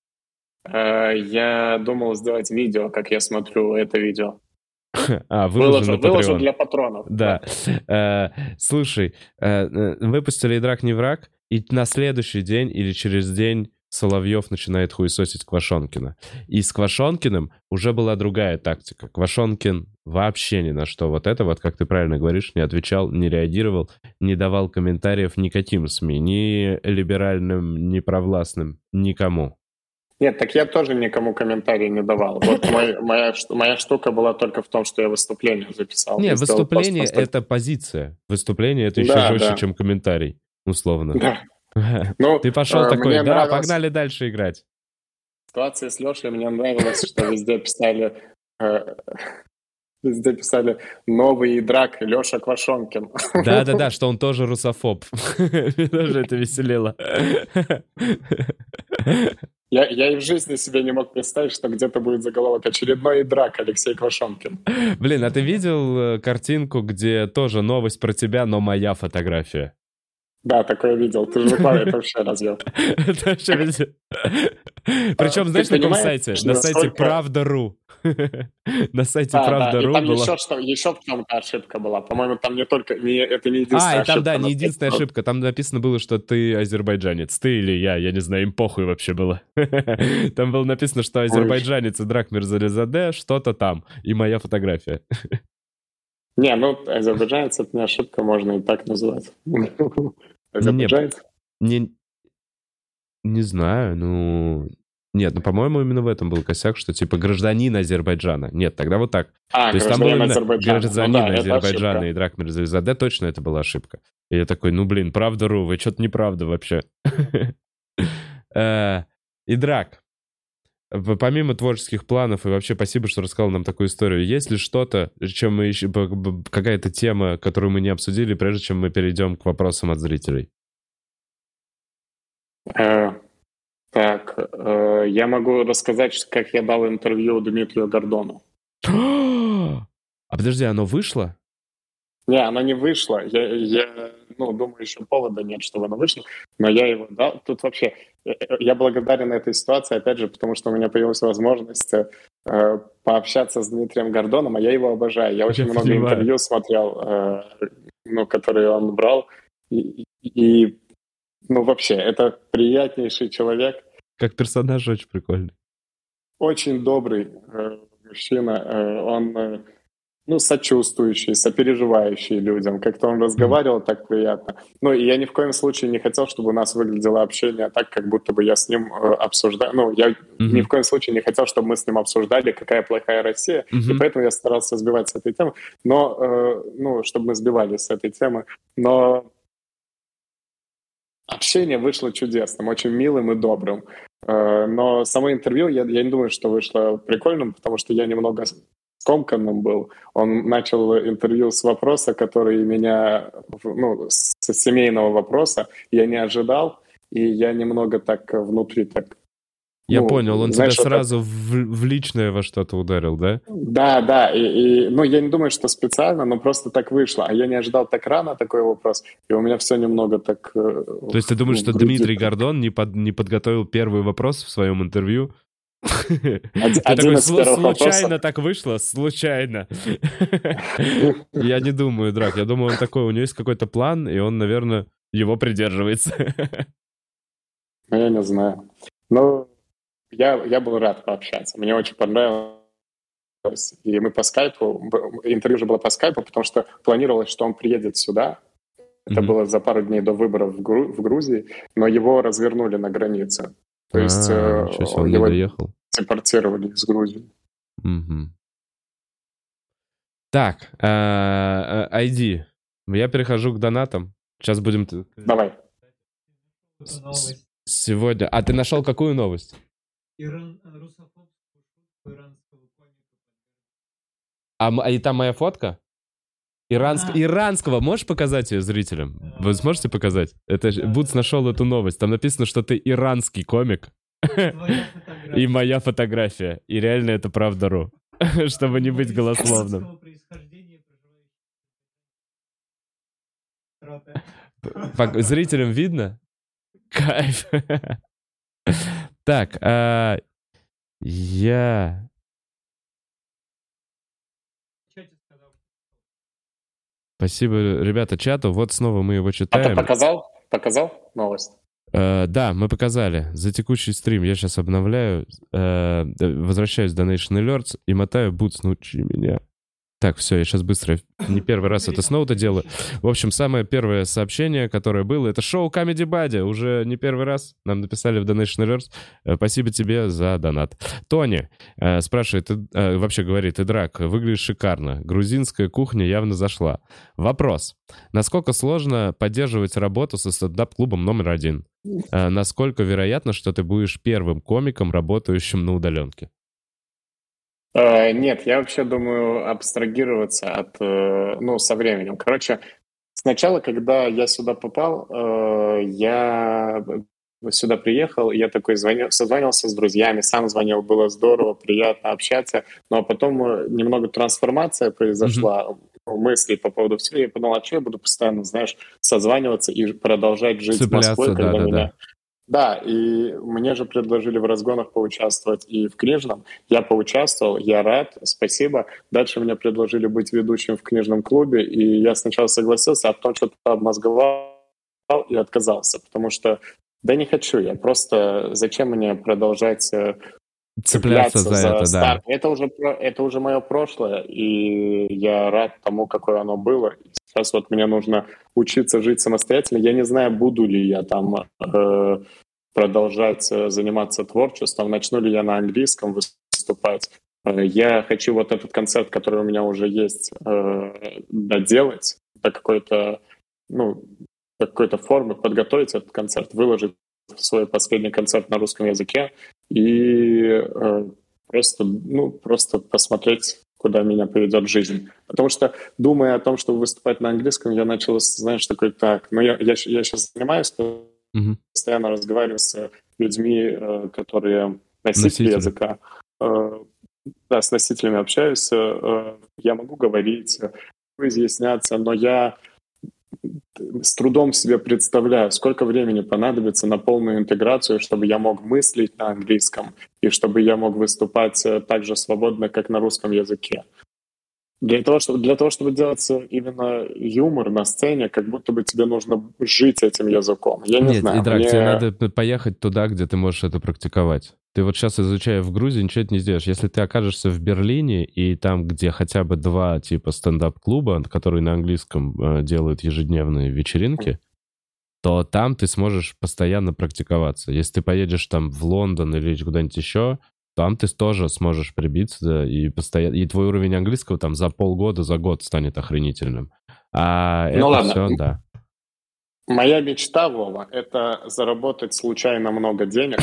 Я думал сделать видео, как я смотрю это видео. Выложу для патронов. Да. Слушай, выпустили «И драк не враг», и на следующий день или через день Соловьев начинает хуесосить Квашонкина. И с Квашонкиным уже была другая тактика. Квашонкин вообще ни на что. Вот это вот, как ты правильно говоришь, не отвечал, не реагировал, не давал комментариев никаким СМИ, ни либеральным, ни провластным, никому. Нет, так я тоже никому комментарий не давал. Вот моя штука была только в том, что я выступление записал. Не, выступление — это позиция. Выступление — это еще жестче, чем комментарий, условно. Да. Ты пошел такой, да, погнали дальше играть. Ситуация с Лешей, мне нравилось, что везде писали «Новый драк Леша Квашонкин». Да-да-да, что он тоже русофоб. Мне тоже это веселило. Я и в жизни себе не мог представить, что где-то будет заголовок «Очередной драк Алексей Квашонкин». Блин, а ты видел картинку, где тоже новость про тебя, но моя фотография? Да, такое видел. Ты же выкладываешь вообще разве? Это вообще видел. Причем, знаешь, на каком сайте? На сайте Правда.ру. На сайте Правда.ру там была... еще в чем-то ошибка была. По-моему, там это не единственная ошибка. И там, да, не единственная ошибка. Там написано было, что ты азербайджанец. Ты или я не знаю, им похуй вообще было. Там было написано, что азербайджанец и Драк Мирзализаде, что-то там. И моя фотография. Не, азербайджанец — это не ошибка, можно и так называть. Азербайджанец? Не знаю, Нет, по-моему, именно в этом был косяк, что типа гражданин Азербайджана. Нет, тогда вот так. То есть там был именно гражданин Азербайджана и Драк Мирзализаде, точно это была ошибка. И я такой, Правда.ру, вы что-то неправда вообще. И Драк, помимо творческих планов, и вообще спасибо, что рассказал нам такую историю, есть ли что-то, чем мы еще, какая-то тема, которую мы не обсудили, прежде чем мы перейдем к вопросам от зрителей? Так, я могу рассказать, как я дал интервью Дмитрию Гордону. А подожди, оно вышло? Не, оно не вышло. Я думаю, еще повода нет, чтобы оно вышло. Но я его дал. Тут вообще я благодарен этой ситуации, опять же, потому что у меня появилась возможность пообщаться с Дмитрием Гордоном, а я его обожаю. Я очень много интервью смотрел, которые он брал. И вообще, это приятнейший человек. Как персонаж очень прикольный. Очень добрый мужчина. Он сочувствующий, сопереживающий людям. Как-то он разговаривал так приятно. И я ни в коем случае не хотел, чтобы у нас выглядело общение так, как будто бы я с ним обсуждаю. Я ни в коем случае не хотел, чтобы мы с ним обсуждали, какая плохая Россия. И поэтому я старался сбивать с этой темы. Но, чтобы мы сбивались с этой темы. Но общение вышло чудесным, очень милым и добрым. Но само интервью, я не думаю, что вышло прикольным, потому что я немного скомканным был. Он начал интервью с вопроса, который меня, с семейного вопроса, я не ожидал, и я немного так внутри так... Я понял, он тебя сразу в личное во что-то ударил, да? Да, и я не думаю, что специально, но просто так вышло. А я не ожидал так рано такой вопрос, и у меня все немного так... То есть ты думаешь, что Дмитрий Гордон не подготовил первый вопрос в своем интервью? Ты такой, случайно так вышло? Случайно. Я не думаю, Драк, я думаю, он такой, у него есть какой-то план, и он, наверное, его придерживается. Я не знаю. Я был рад пообщаться. Мне очень понравилось. И мы по скайпу, интервью же было по скайпу, потому что планировалось, что он приедет сюда. Это было за пару дней до выборов в Грузии, но его развернули на границе. То есть он не доехал. депортировали из Грузии. Угу. Так, ID. Я перехожу к донатам. Сейчас будем... Давай. Сегодня... А ты нашел какую новость? И там моя фотка? Иранского можешь показать ее зрителям? Вы сможете показать? Это Бутс нашел эту новость. Там написано, что ты иранский комик. И моя фотография. И реально это правда.ру. Чтобы не быть голословным. Зрителям видно? Кайф. Так, я... Спасибо, ребята, чату. Вот снова мы его читаем. А ты показал новость? Да, мы показали. За текущий стрим я сейчас обновляю. Возвращаюсь в Donation Alerts и мотаю Бутс, научи меня. Так, все, я сейчас быстро, не первый раз это снова-то делаю. В общем, самое первое сообщение, которое было, это шоу Comedy Buddy. Уже не первый раз нам написали в Donation Alerts. Спасибо тебе за донат. Тони спрашивает, вообще говорит, Идрак, выглядишь шикарно. Грузинская кухня явно зашла. Вопрос. Насколько сложно поддерживать работу со стендап-клубом номер 1? Насколько вероятно, что ты будешь первым комиком, работающим на удаленке? Нет, я вообще думаю абстрагироваться от, со временем. Короче, сначала, когда я сюда попал, я сюда приехал, я такой созванивался с друзьями, сам звонил, было здорово, приятно общаться, но потом немного трансформация произошла, мысли по поводу всего, я подумал, а что я буду постоянно, знаешь, созваниваться и продолжать жить в Москве, когда меня... Да, и мне же предложили в разгонах поучаствовать и в книжном. Я поучаствовал, я рад, спасибо. Дальше мне предложили быть ведущим в книжном клубе, и я сначала согласился, а потом что-то обмозговал и отказался, потому что да не хочу я, просто зачем мне продолжать цепляться за это, старт. Да. Это уже мое прошлое, и я рад тому, какое оно было. Сейчас вот мне нужно учиться жить самостоятельно. Я не знаю, буду ли я там продолжать заниматься творчеством, начну ли я на английском выступать. Я хочу вот этот концерт, который у меня уже есть, доделать до какой-то формы, подготовить этот концерт, выложить свой последний концерт на русском языке и просто посмотреть, куда меня поведет жизнь. Потому что, думая о том, чтобы выступать на английском, я начал, знаешь, такой, я сейчас занимаюсь, постоянно разговариваю с людьми, которые носители языка. Да, с носителями общаюсь, я могу говорить, изъясняться, но я с трудом себе представляю, сколько времени понадобится на полную интеграцию, чтобы я мог мыслить на английском и чтобы я мог выступать так же свободно, как на русском языке. Для того, чтобы делать именно юмор на сцене, как будто бы тебе нужно жить этим языком. Я не знаю. Идрак, тебе надо поехать туда, где ты можешь это практиковать. Ты вот сейчас, изучая в Грузии, ничего не сделаешь. Если ты окажешься в Берлине, и там, где хотя бы 2 типа стендап-клуба, которые на английском делают ежедневные вечеринки, то там ты сможешь постоянно практиковаться. Если ты поедешь там в Лондон или куда-нибудь еще, там ты тоже сможешь прибиться, и твой уровень английского там за полгода, за год станет охренительным. Ладно. Все, да. Моя мечта, Вова, это заработать случайно много денег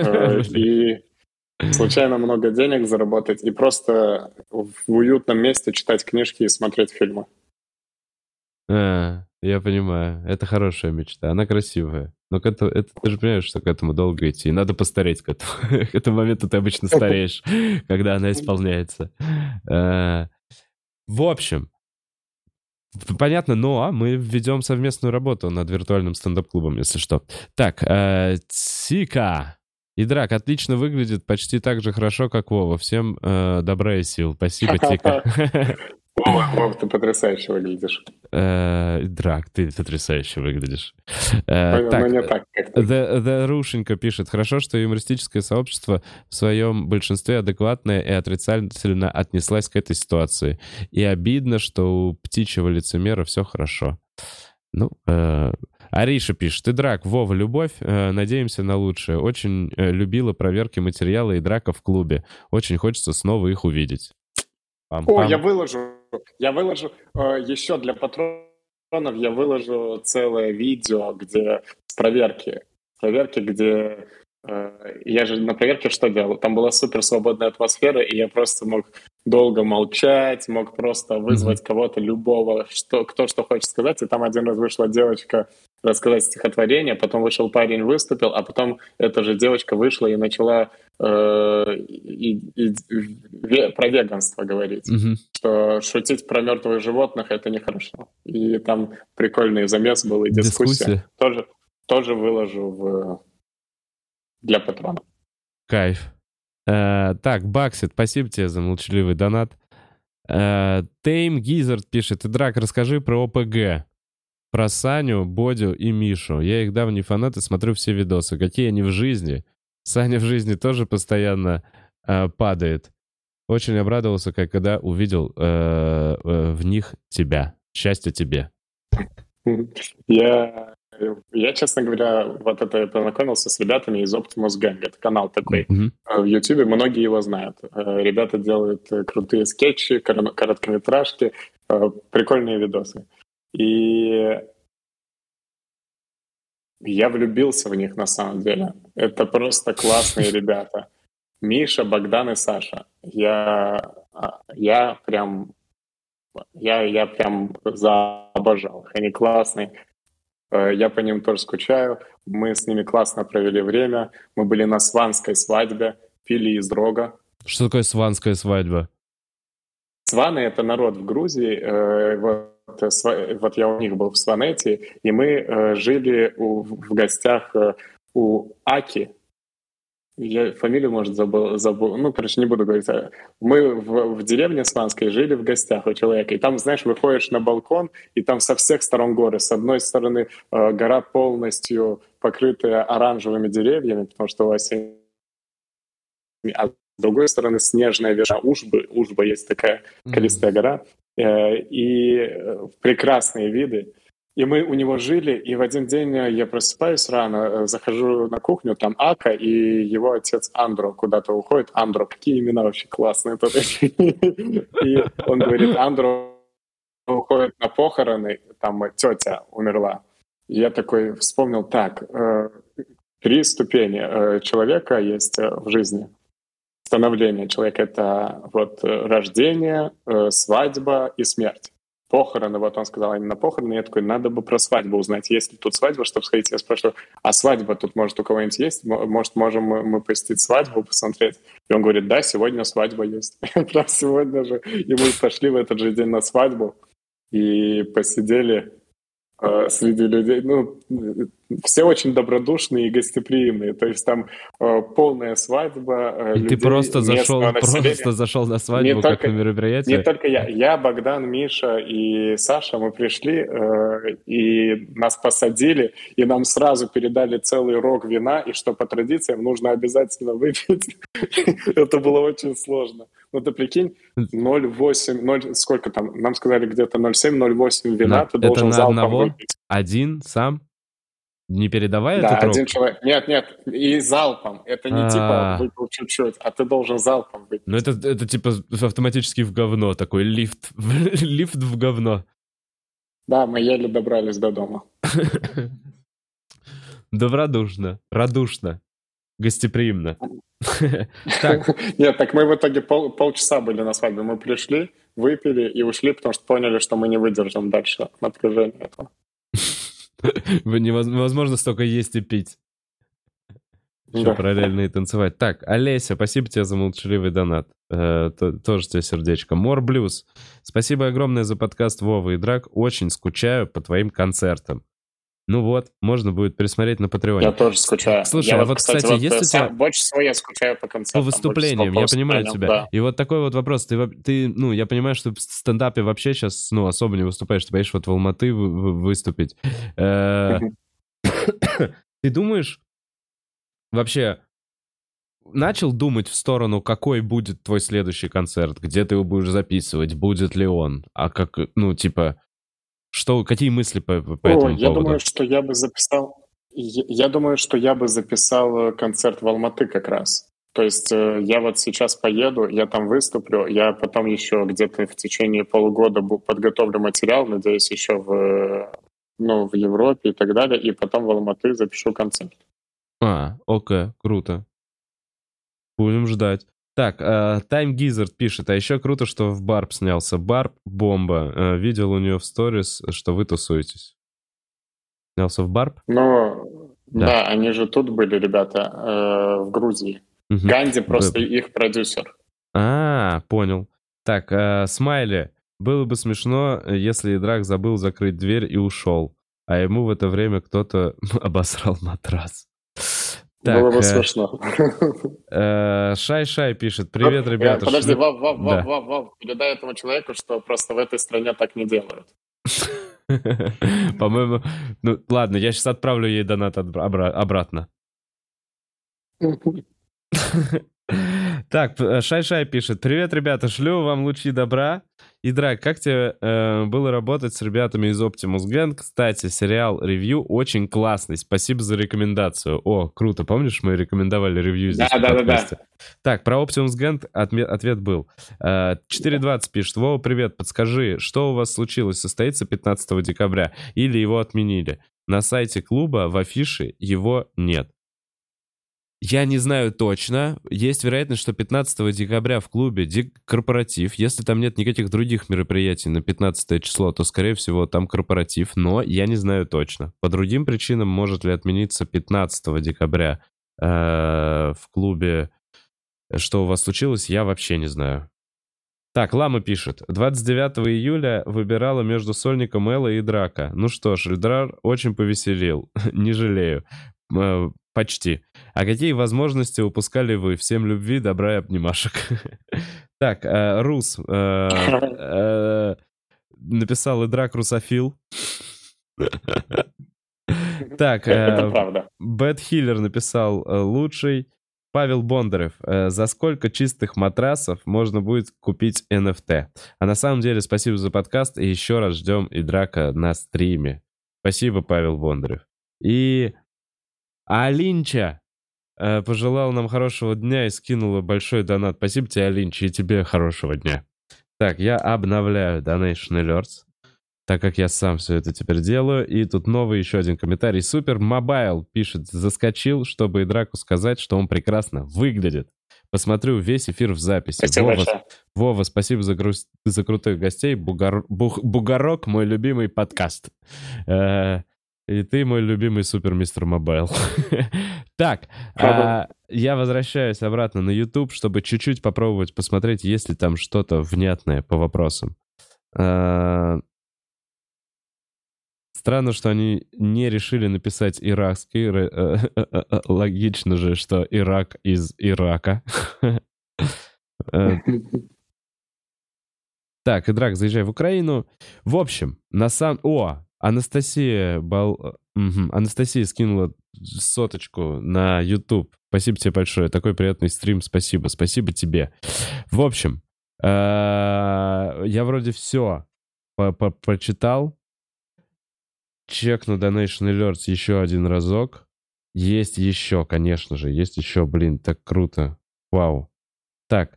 заработать и просто в уютном месте читать книжки и смотреть фильмы. Я понимаю. Это хорошая мечта. Она красивая. Но ты же понимаешь, что к этому долго идти. Надо постареть к этому. К этому моменту ты обычно стареешь, когда она исполняется. В общем, понятно, но мы ведем совместную работу над виртуальным стендап-клубом, если что. Так, Тика. Идрак отлично выглядит, почти так же хорошо, как Вова. Всем добра и сил. Спасибо, Тика. Вова, ты потрясающе выглядишь. Драк, ты потрясающе выглядишь. Так, не так, как ты. The Рушенька пишет. Хорошо, что юмористическое сообщество в своем большинстве адекватное и отрицательно отнеслась к этой ситуации. И обидно, что у птичьего лицемера все хорошо. Ариша пишет: Идрак, Вова, любовь, надеемся на лучшее. Очень любила проверки материала и драка в клубе. Очень хочется снова их увидеть. О, я выложу еще для патронов, я выложу целое видео, где с проверки, где я же на проверке что делал? Там была супер свободная атмосфера, и я просто мог долго молчать, мог просто вызвать кого-то, любого, кто что хочет сказать. И там один раз вышла девочка рассказать стихотворение, потом вышел парень, выступил, а потом эта же девочка вышла и начала про веганство говорить, что шутить про мертвых животных — это нехорошо. И там прикольный замес был, и дискуссия. Тоже выложу для патронов. Кайф. Так, Баксит, спасибо тебе за молчаливый донат. Тейм Гизард пишет: Идрак, расскажи про ОПГ. Про Саню, Бодю и Мишу. Я их давний фанат и смотрю все видосы. Какие они в жизни. Саня в жизни тоже постоянно падает. Очень обрадовался, когда увидел в них тебя. Счастья тебе. Я, честно говоря, вот это я познакомился с ребятами из Optimus Gang. Это канал такой в YouTube, многие его знают. Ребята делают крутые скетчи, короткометражки, прикольные видосы. И я влюбился в них на самом деле. Это просто классные ребята. Миша, Богдан и Саша. Я прям заобожал. Они классные. Я по ним тоже скучаю. Мы с ними классно провели время. Мы были на сванской свадьбе, пили из рога. Что такое сванская свадьба? Сваны — это народ в Грузии. Вот я у них был в Сванете, и мы жили в гостях у Аки. Я фамилию, может, забыл. Ну, короче, не буду говорить. Мы в деревне Сванской жили в гостях у человека. И там, знаешь, выходишь на балкон, и там со всех сторон горы. С одной стороны гора полностью покрытая оранжевыми деревьями, потому что осень. А с другой стороны снежная вершина Ужба есть такая скалистая гора. И прекрасные виды. И мы у него жили, и в один день я просыпаюсь рано, захожу на кухню, там Ака и его отец Андро куда-то уходит. Андро, какие имена вообще классные тут. И он говорит: Андро уходит на похороны, там тетя умерла. И я такой вспомнил: так, 3 ступени человека есть в жизни. Становление человека — это вот рождение, свадьба и смерть. Похороны, вот он сказал именно похороны, я такой: надо бы про свадьбу узнать, есть ли тут свадьба, чтобы сходить. Я спрашиваю: а свадьба тут, может, у кого-нибудь есть? Может, можем мы посетить свадьбу, посмотреть? И он говорит: да, сегодня свадьба есть. Прям сегодня же. И мы пошли в этот же день на свадьбу и посидели среди людей. Ну, все очень добродушные и гостеприимные. То есть там полная свадьба. И ты просто зашел на свадьбу, как на мероприятие? Не только я. Я, Богдан, Миша и Саша, мы пришли, и нас посадили, и нам сразу передали целый рог вина, и что по традициям нужно обязательно выпить. Это было очень сложно. Ну, ты прикинь, 0,8, сколько там? Нам сказали где-то 0,7-0,8 вина, ты должен залпом выпить. Один сам? Не передавая да, этот рог? Один человек. Нет, и залпом. Это не типа выпил чуть-чуть, а ты должен залпом выпить. Ну, это типа автоматически в говно, такой лифт в говно. Да, мы еле добрались до дома. Добродушно, радушно, гостеприимно. Нет, так мы в итоге полчаса были на свадьбе. Мы пришли, выпили и ушли, потому что поняли, что мы не выдержим дальше напряжения этого. Невозможно столько есть и пить. Еще параллельно и танцевать. Так, Олеся, спасибо тебе за молчаливый донат. Тоже тебе сердечко. More Blues. Спасибо огромное за подкаст Вова и Драк. Очень скучаю по твоим концертам. Ну вот, можно будет пересмотреть на Патреоне. Я тоже скучаю. Слушай, а вот, кстати, есть у тебя... Больше всего я скучаю по концертам. По выступлениям, я понимаю тебя. Да. И вот такой вот вопрос. Ты, ну, я понимаю, что в стендапе вообще сейчас, ну, особо не выступаешь. Ты поедешь вот в Алматы выступить. Ты думаешь, вообще, начал думать в сторону, какой будет твой следующий концерт? Где ты его будешь записывать? Будет ли он? А как, ну, типа... Какие мысли по этому Я поводу? думаю, что я бы записал... Я думаю, что я бы записал концерт в Алматы как раз. То есть я вот сейчас поеду, я там выступлю, я потом еще где-то в течение полугода подготовлю материал, надеюсь, еще в Европе и так далее, и потом в Алматы запишу концерт. Окей, круто. Будем ждать. Так, Time Gizzard пишет, а еще круто, что в Барб снялся. Барб — бомба. Видел у нее в сторис, что вы тусуетесь. Снялся в Барб? Да, они же тут были, ребята, в Грузии. Ганди просто их продюсер. Понял. Так, Смайли. Было бы смешно, если Идрак забыл закрыть дверь и ушел, а ему в это время кто-то обосрал матрас. Так, было бы смешно. Шай пишет, привет, ребята. Подожди, Вав, передай этому человеку, что просто в этой стране так не делают. По-моему... Ну, ладно, я сейчас отправлю ей донат обратно. Так, Шай пишет. Привет, ребята, шлю вам лучи добра. Идрак, как тебе было работать с ребятами из Optimus Gang? Кстати, сериал ревью очень классный. Спасибо за рекомендацию. О, круто. Помнишь, мы рекомендовали ревью здесь? Да. Так, про Optimus Gang ответ был. 4.20 пишет. Вова, привет, подскажи, что у вас случилось? Состоится 15 декабря или его отменили? На сайте клуба в афише его нет. Я не знаю точно. Есть вероятность, что 15 декабря в клубе корпоратив. Если там нет никаких других мероприятий на 15 число, то, скорее всего, там корпоратив. Но я не знаю точно. По другим причинам может ли отмениться 15 декабря в клубе. Что у вас случилось, я вообще не знаю. Так, Лама пишет. 29 июля выбирала между сольником Элла и Драка. Ну что ж, Эльдрар очень повеселил. Не жалею. Почти. А какие возможности упускали вы? Всем любви, добра и обнимашек. Так, Рус написал Идрак русофил. Так, это правда. Бэт Хиллер написал лучший. Павел Бондарев. За сколько чистых матрасов можно будет купить NFT? А на самом деле спасибо за подкаст. И еще раз ждем Идрака на стриме. Спасибо, Павел Бондарев. И Алинча пожелал нам хорошего дня и скинула большой донат. Спасибо тебе, Алинча, и тебе хорошего дня. Так, я обновляю Donation Alerts, так как я сам все это теперь делаю. И тут новый еще один комментарий. Супер Мобайл пишет, заскочил, чтобы Идраку сказать, что он прекрасно выглядит. Посмотрю весь эфир в записи. Вова, спасибо за крутых гостей. Бугорок, мой любимый подкаст. И ты мой любимый супер мистер Мобайл. Так, я возвращаюсь обратно на YouTube, чтобы чуть-чуть попробовать посмотреть, есть ли там что-то внятное по вопросам. Странно, что они не решили написать иракский. Логично же, что Ирак из Ирака. Так, Идрак, заезжай в Украину. В общем, Анастасия Анастасия скинула 100 на YouTube. Спасибо тебе большое. Такой приятный стрим. Спасибо. Спасибо тебе. В общем, я вроде все прочитал. Чекну Donation Alerts еще один разок. Есть еще, конечно же. Есть еще, блин, так круто. Вау. Так.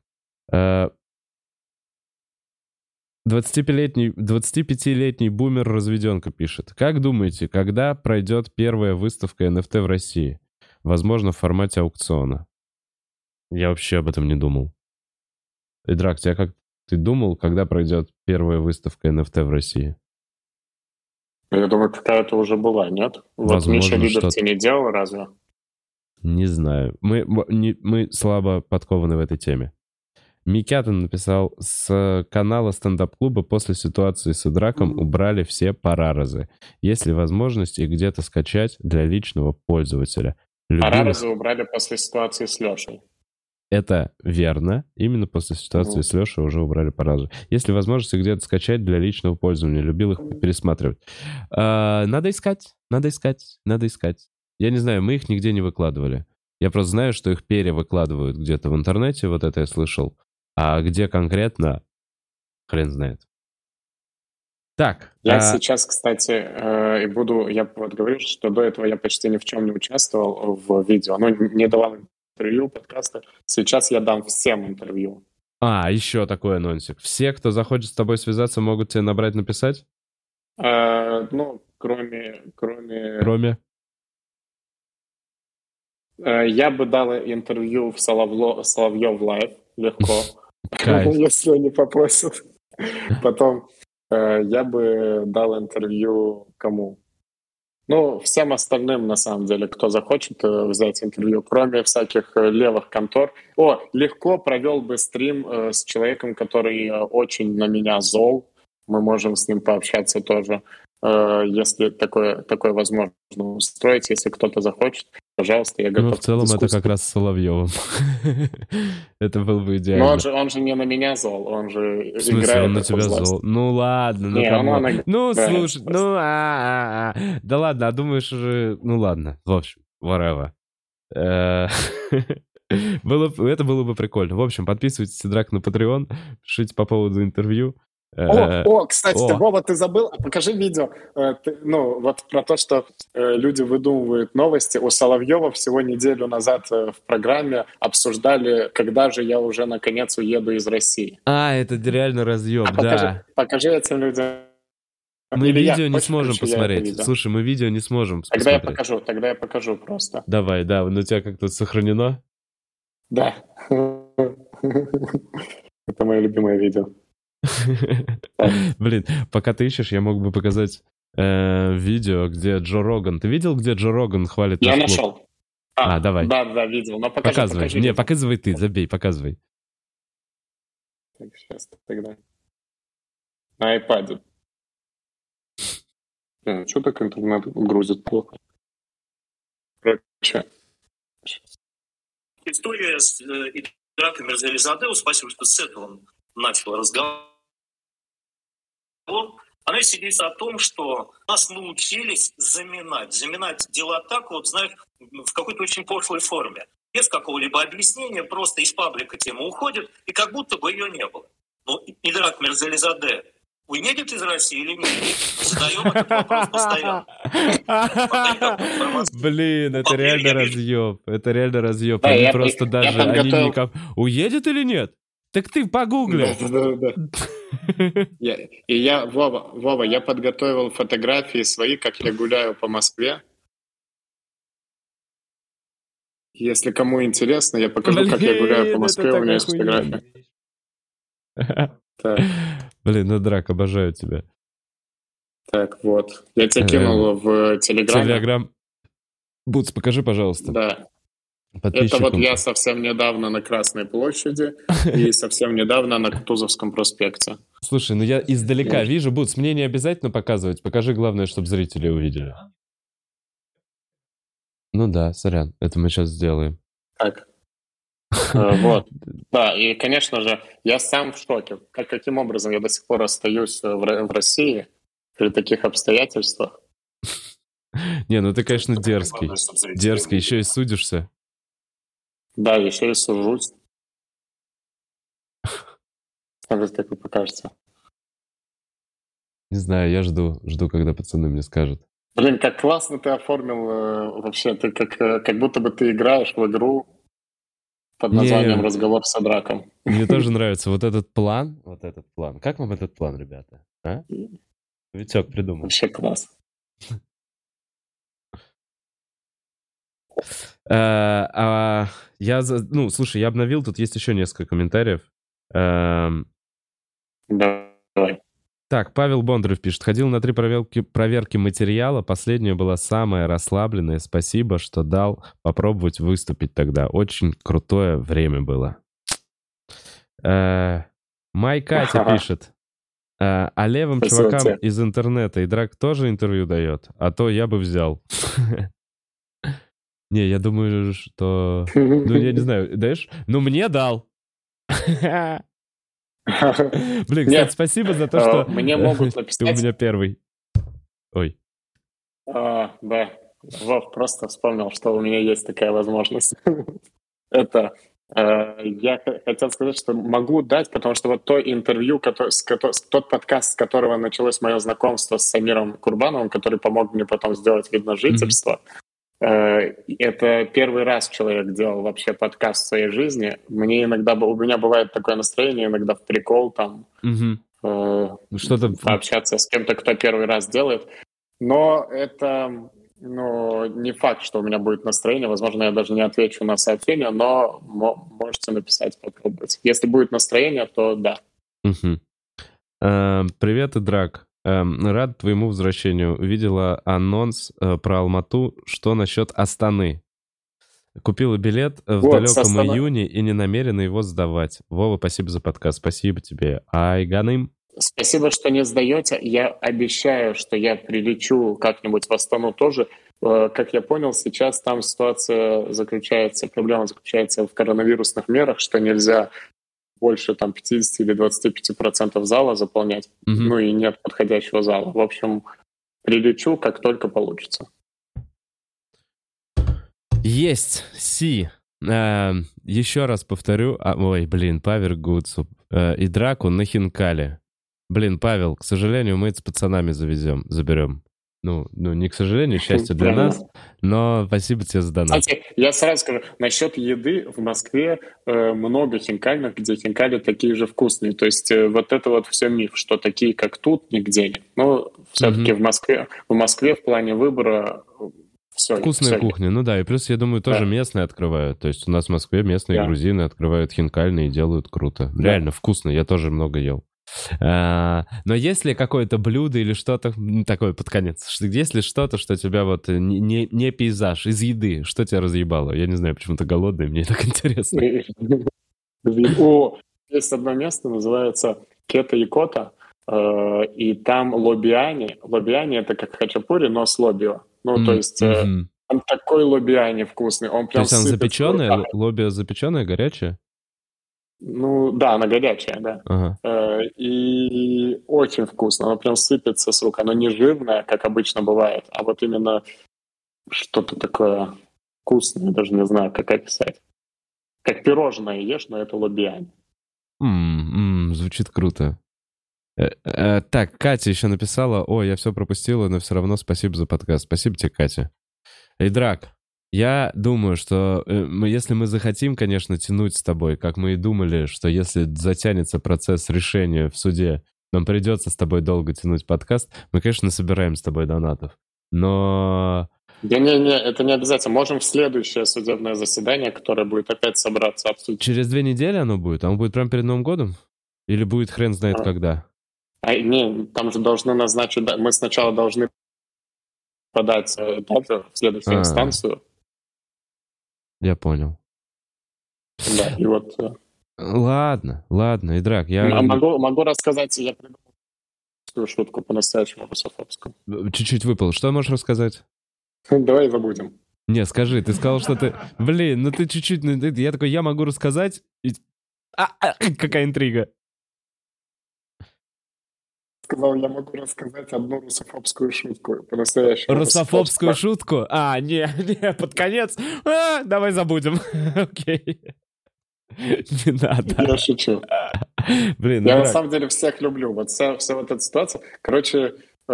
25-летний бумер-разведенка пишет. Как думаете, когда пройдет первая выставка NFT в России? Возможно, в формате аукциона. Я вообще об этом не думал. Идрак, ты думал, когда пройдет первая выставка NFT в России? Я думаю, какая-то уже была, нет? Возможно, Миша Либерти не делал разве? Не знаю. Мы слабо подкованы в этой теме. Микятин написал, с канала стендап-клуба после ситуации с Идраком убрали все параразы. Есть ли возможность их где-то скачать для личного пользователя? Параразы убрали после ситуации с Лешей. Это верно. Именно после ситуации с Лешей уже убрали параразы. Есть ли возможность их где-то скачать для личного пользования? Любил их пересматривать. Надо искать. Я не знаю, мы их нигде не выкладывали. Я просто знаю, что их перевыкладывают где-то в интернете, вот это я слышал. А где конкретно, хрен знает. Так. Я сейчас, кстати, и буду... Я вот говорю, что до этого я почти ни в чем не участвовал в видео. Ну, не давал интервью, подкасты. Сейчас я дам всем интервью. Еще такой анонсик. Все, кто захочет с тобой связаться, могут тебе набрать, написать? Ну, кроме... Я бы дал интервью в Соловьев Лайв. Легко. Если они попросят. Потом я бы дал интервью кому? Ну, всем остальным, на самом деле, кто захочет взять интервью, кроме всяких левых контор. Легко провел бы стрим с человеком, который очень на меня зол. Мы можем с ним пообщаться тоже, если такое возможно устроить. Если кто-то захочет, пожалуйста, я готов. Ну, в целом, это как раз с Соловьевым. Это было бы идеально. Но он же не на меня зол, он же играет. В смысле, он на тебя зол? Ну ладно, ну слушай, да ладно, а думаешь уже... Ну ладно, в общем, whatever. Это было бы прикольно. В общем, подписывайтесь, Драк, на Patreon, пишите по поводу интервью. Кстати, Вова, ты забыл? Покажи видео. Вот про то, что люди выдумывают новости. У Соловьева всего неделю назад в программе обсуждали, когда же я уже наконец уеду из России. Это реально разъеб, да. Покажи этим людям. Мы видео не сможем посмотреть. Слушай, мы видео не сможем посмотреть. Тогда я покажу просто. Давай, да. У тебя как-то сохранено? Да. Это мое любимое видео. Блин, пока ты ищешь, я мог бы показать видео, где Джо Роган. Ты видел, где Джо Роган хвалит наш клуб? Я нашел. Давай. Да, видел. Но показывай. Не, показывай ты, забей, показывай. Так, сейчас тогда. На iPad. Что так интернет грузит плохо? Короче. История с Идраком Мирзализаде, спасибо, что с этого начал разговор. Она сидит о том, что нас научились заминать дела так, вот, знаешь, в какой-то очень пошлой форме. Без какого-либо объяснения, просто из паблика тема уходит, и как будто бы ее не было. Но Идрак Мирзализаде уедет из России или нет? Задаем этот вопрос постоянно. Блин, это реально разъеб. Это реально разъеб. Они просто даже... Они никак... Уедет или нет? Так ты погугли. Да. Вова, я подготовил фотографии свои, как я гуляю по Москве. Если кому интересно, я покажу, как я гуляю по Москве. У меня есть фотография. Блин, Драк, обожаю тебя. Так, вот. Я тебя кинул в Телеграм. Бутс, покажи, пожалуйста. Да. Это вот я совсем недавно на Красной площади и совсем недавно на Кутузовском проспекте. Слушай, ну я издалека вижу. Бутс, мне не обязательно показывать. Покажи, главное, чтобы зрители увидели. Ну да, сорян. Это мы сейчас сделаем. Так. Вот. Да, и, конечно же, я сам в шоке. Каким образом я до сих пор остаюсь в России при таких обстоятельствах? Не, ну ты, конечно, дерзкий. Дерзкий, еще и судишься. Да, еще и сужусь. Как вы покажете? Не знаю, я жду, когда пацаны мне скажут. Блин, как классно ты оформил вообще. Ты как будто бы ты играешь в игру под названием «Разговор с Драком». Мне тоже нравится вот этот план. Как вам этот план, ребята? А? Витек придумал. Вообще класс. Слушай, я обновил, тут есть еще несколько комментариев. Давай. Так, Павел Бондарев пишет. Ходил на 3 проверки материала. Последняя была самая расслабленная. Спасибо, что дал попробовать выступить тогда. Очень крутое время было. Май Катя пишет. А левым чувакам из интернета Идрак тоже интервью дает? А то я бы взял. Не, я думаю, что... Ну, я не знаю, даешь? Ну, мне дал. Блин, кстати, спасибо за то, что... Мне могут написать... Ты у меня первый. Ой. Да. Вов, просто вспомнил, что у меня есть такая возможность. Это Я хотел сказать, что могу дать, потому что вот то интервью, тот подкаст, с которого началось мое знакомство с Самиром Курбановым, который помог мне потом сделать вид на жительство, это первый раз человек делал вообще подкаст в своей жизни. У меня бывает такое настроение, иногда в прикол там пообщаться с кем-то, кто первый раз делает. Но это не факт, что у меня будет настроение. Возможно, я даже не отвечу на сообщение, но можете написать, попробовать. Если будет настроение, то да. Привет, Идрак. Рад твоему возвращению. Увидела анонс про Алмату. Что насчет Астаны? Купила билет в далеком июне и не намерена его сдавать. Вова, спасибо за подкаст. Спасибо тебе. Айганым. Спасибо, что не сдаете. Я обещаю, что я прилечу как-нибудь в Астану тоже. Как я понял, сейчас там проблема заключается в коронавирусных мерах, что нельзя больше там 50 или 25% зала заполнять. Ну и нет подходящего зала. В общем, прилечу, как только получится. Есть, Си. Еще раз повторю. Павер Гуцу. И драку на Хинкале. Павел, к сожалению, мы это с пацанами заберем. Ну, не к сожалению, счастье для нас, но спасибо тебе за донат. Кстати, я сразу скажу, насчет еды в Москве много хинкальных, где хинкали такие же вкусные. То есть вот это вот все миф, что такие, как тут, нигде нет. Но все-таки в Москве в плане выбора вкусная кухня, ну да, и плюс, я думаю, тоже местные открывают. То есть у нас в Москве местные грузины открывают хинкальные и делают круто. Реально вкусно, я тоже много ел. Но есть ли какое-то блюдо или что-то такое под конец? Есть ли что-то, что тебя вот не пейзаж, из еды, что тебя разъебало? Я не знаю, почему-то голодный, мне так интересно. Есть одно место, называется Кета и Кота, и там лобиани. Лобиани — это как хачапури, но с лобио. Ну, то есть там такой лобиани вкусный. Он прям то есть он запеченный? Лобио запеченное, горячее? Ну, да, она горячая, да. Ага. И очень вкусно. Оно прям сыпется с рук. Оно не жирное, как обычно бывает, а вот именно что-то такое вкусное. Даже не знаю, как описать. Как пирожное ешь, но это лобиани. Звучит круто. Так, Катя еще написала: я все пропустила, но все равно спасибо за подкаст. Спасибо тебе, Катя. Драк, я думаю, что если мы захотим, конечно, тянуть с тобой, как мы и думали, что если затянется процесс решения в суде, нам придется с тобой долго тянуть подкаст, мы, конечно, собираем с тобой донатов. Но... Не, это не обязательно. Можем в следующее судебное заседание, которое будет опять собраться, обсудить. Через 2 недели оно будет? Оно будет прямо перед Новым годом? Или будет хрен знает когда? Там же должны назначить... Мы сначала должны подать дату в следующую инстанцию. Я понял. Да, и вот... Ладно, Идрак, я... Могу рассказать, я придумал шутку по-настоящему русофобскую. Чуть-чуть выпал. Что можешь рассказать? Давай забудем. Не, скажи, ты сказал, что ты... Блин, ты чуть-чуть... Я такой, я могу рассказать... Какая интрига. Сказал, я могу рассказать одну русофобскую шутку. По-настоящему. Русофобскую шутку? Не, под конец. Давай забудем. Окей. Не надо. Я шучу. Блин, я на самом деле всех люблю. Вот вся вот эта ситуация. Короче,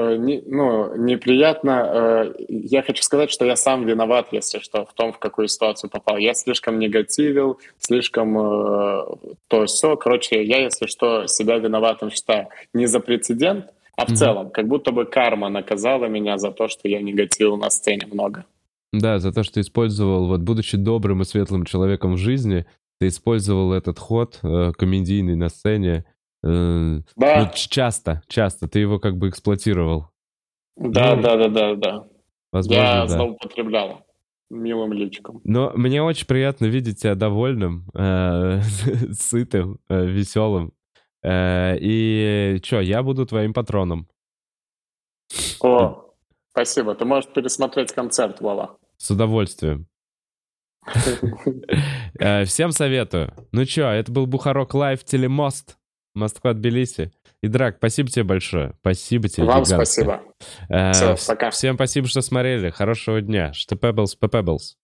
неприятно. Я хочу сказать, что я сам виноват, если что, в том, в какую ситуацию попал. Я слишком негативил, слишком то все. Короче, я, если что, себя виноватым считаю. Не за прецедент, а в целом. Как будто бы карма наказала меня за то, что я негативил на сцене много. Да, за то, что использовал, вот будучи добрым и светлым человеком в жизни, ты использовал этот ход комедийный на сцене. Да. Часто. Ты его как бы эксплуатировал. Да. Возможно, я злоупотреблял милым личиком. Но мне очень приятно видеть тебя довольным, сытым, веселым. И я буду твоим патроном. Спасибо. Ты можешь пересмотреть концерт, Вова. С удовольствием. Всем советую. Это был Бухарок Лайв, Телемост. Москва-Тбилиси. Идрак, спасибо тебе большое. Спасибо тебе. Вам гигантское. Спасибо. Все, пока. Всем спасибо, что смотрели. Хорошего дня. Штепеблс, пепеблс.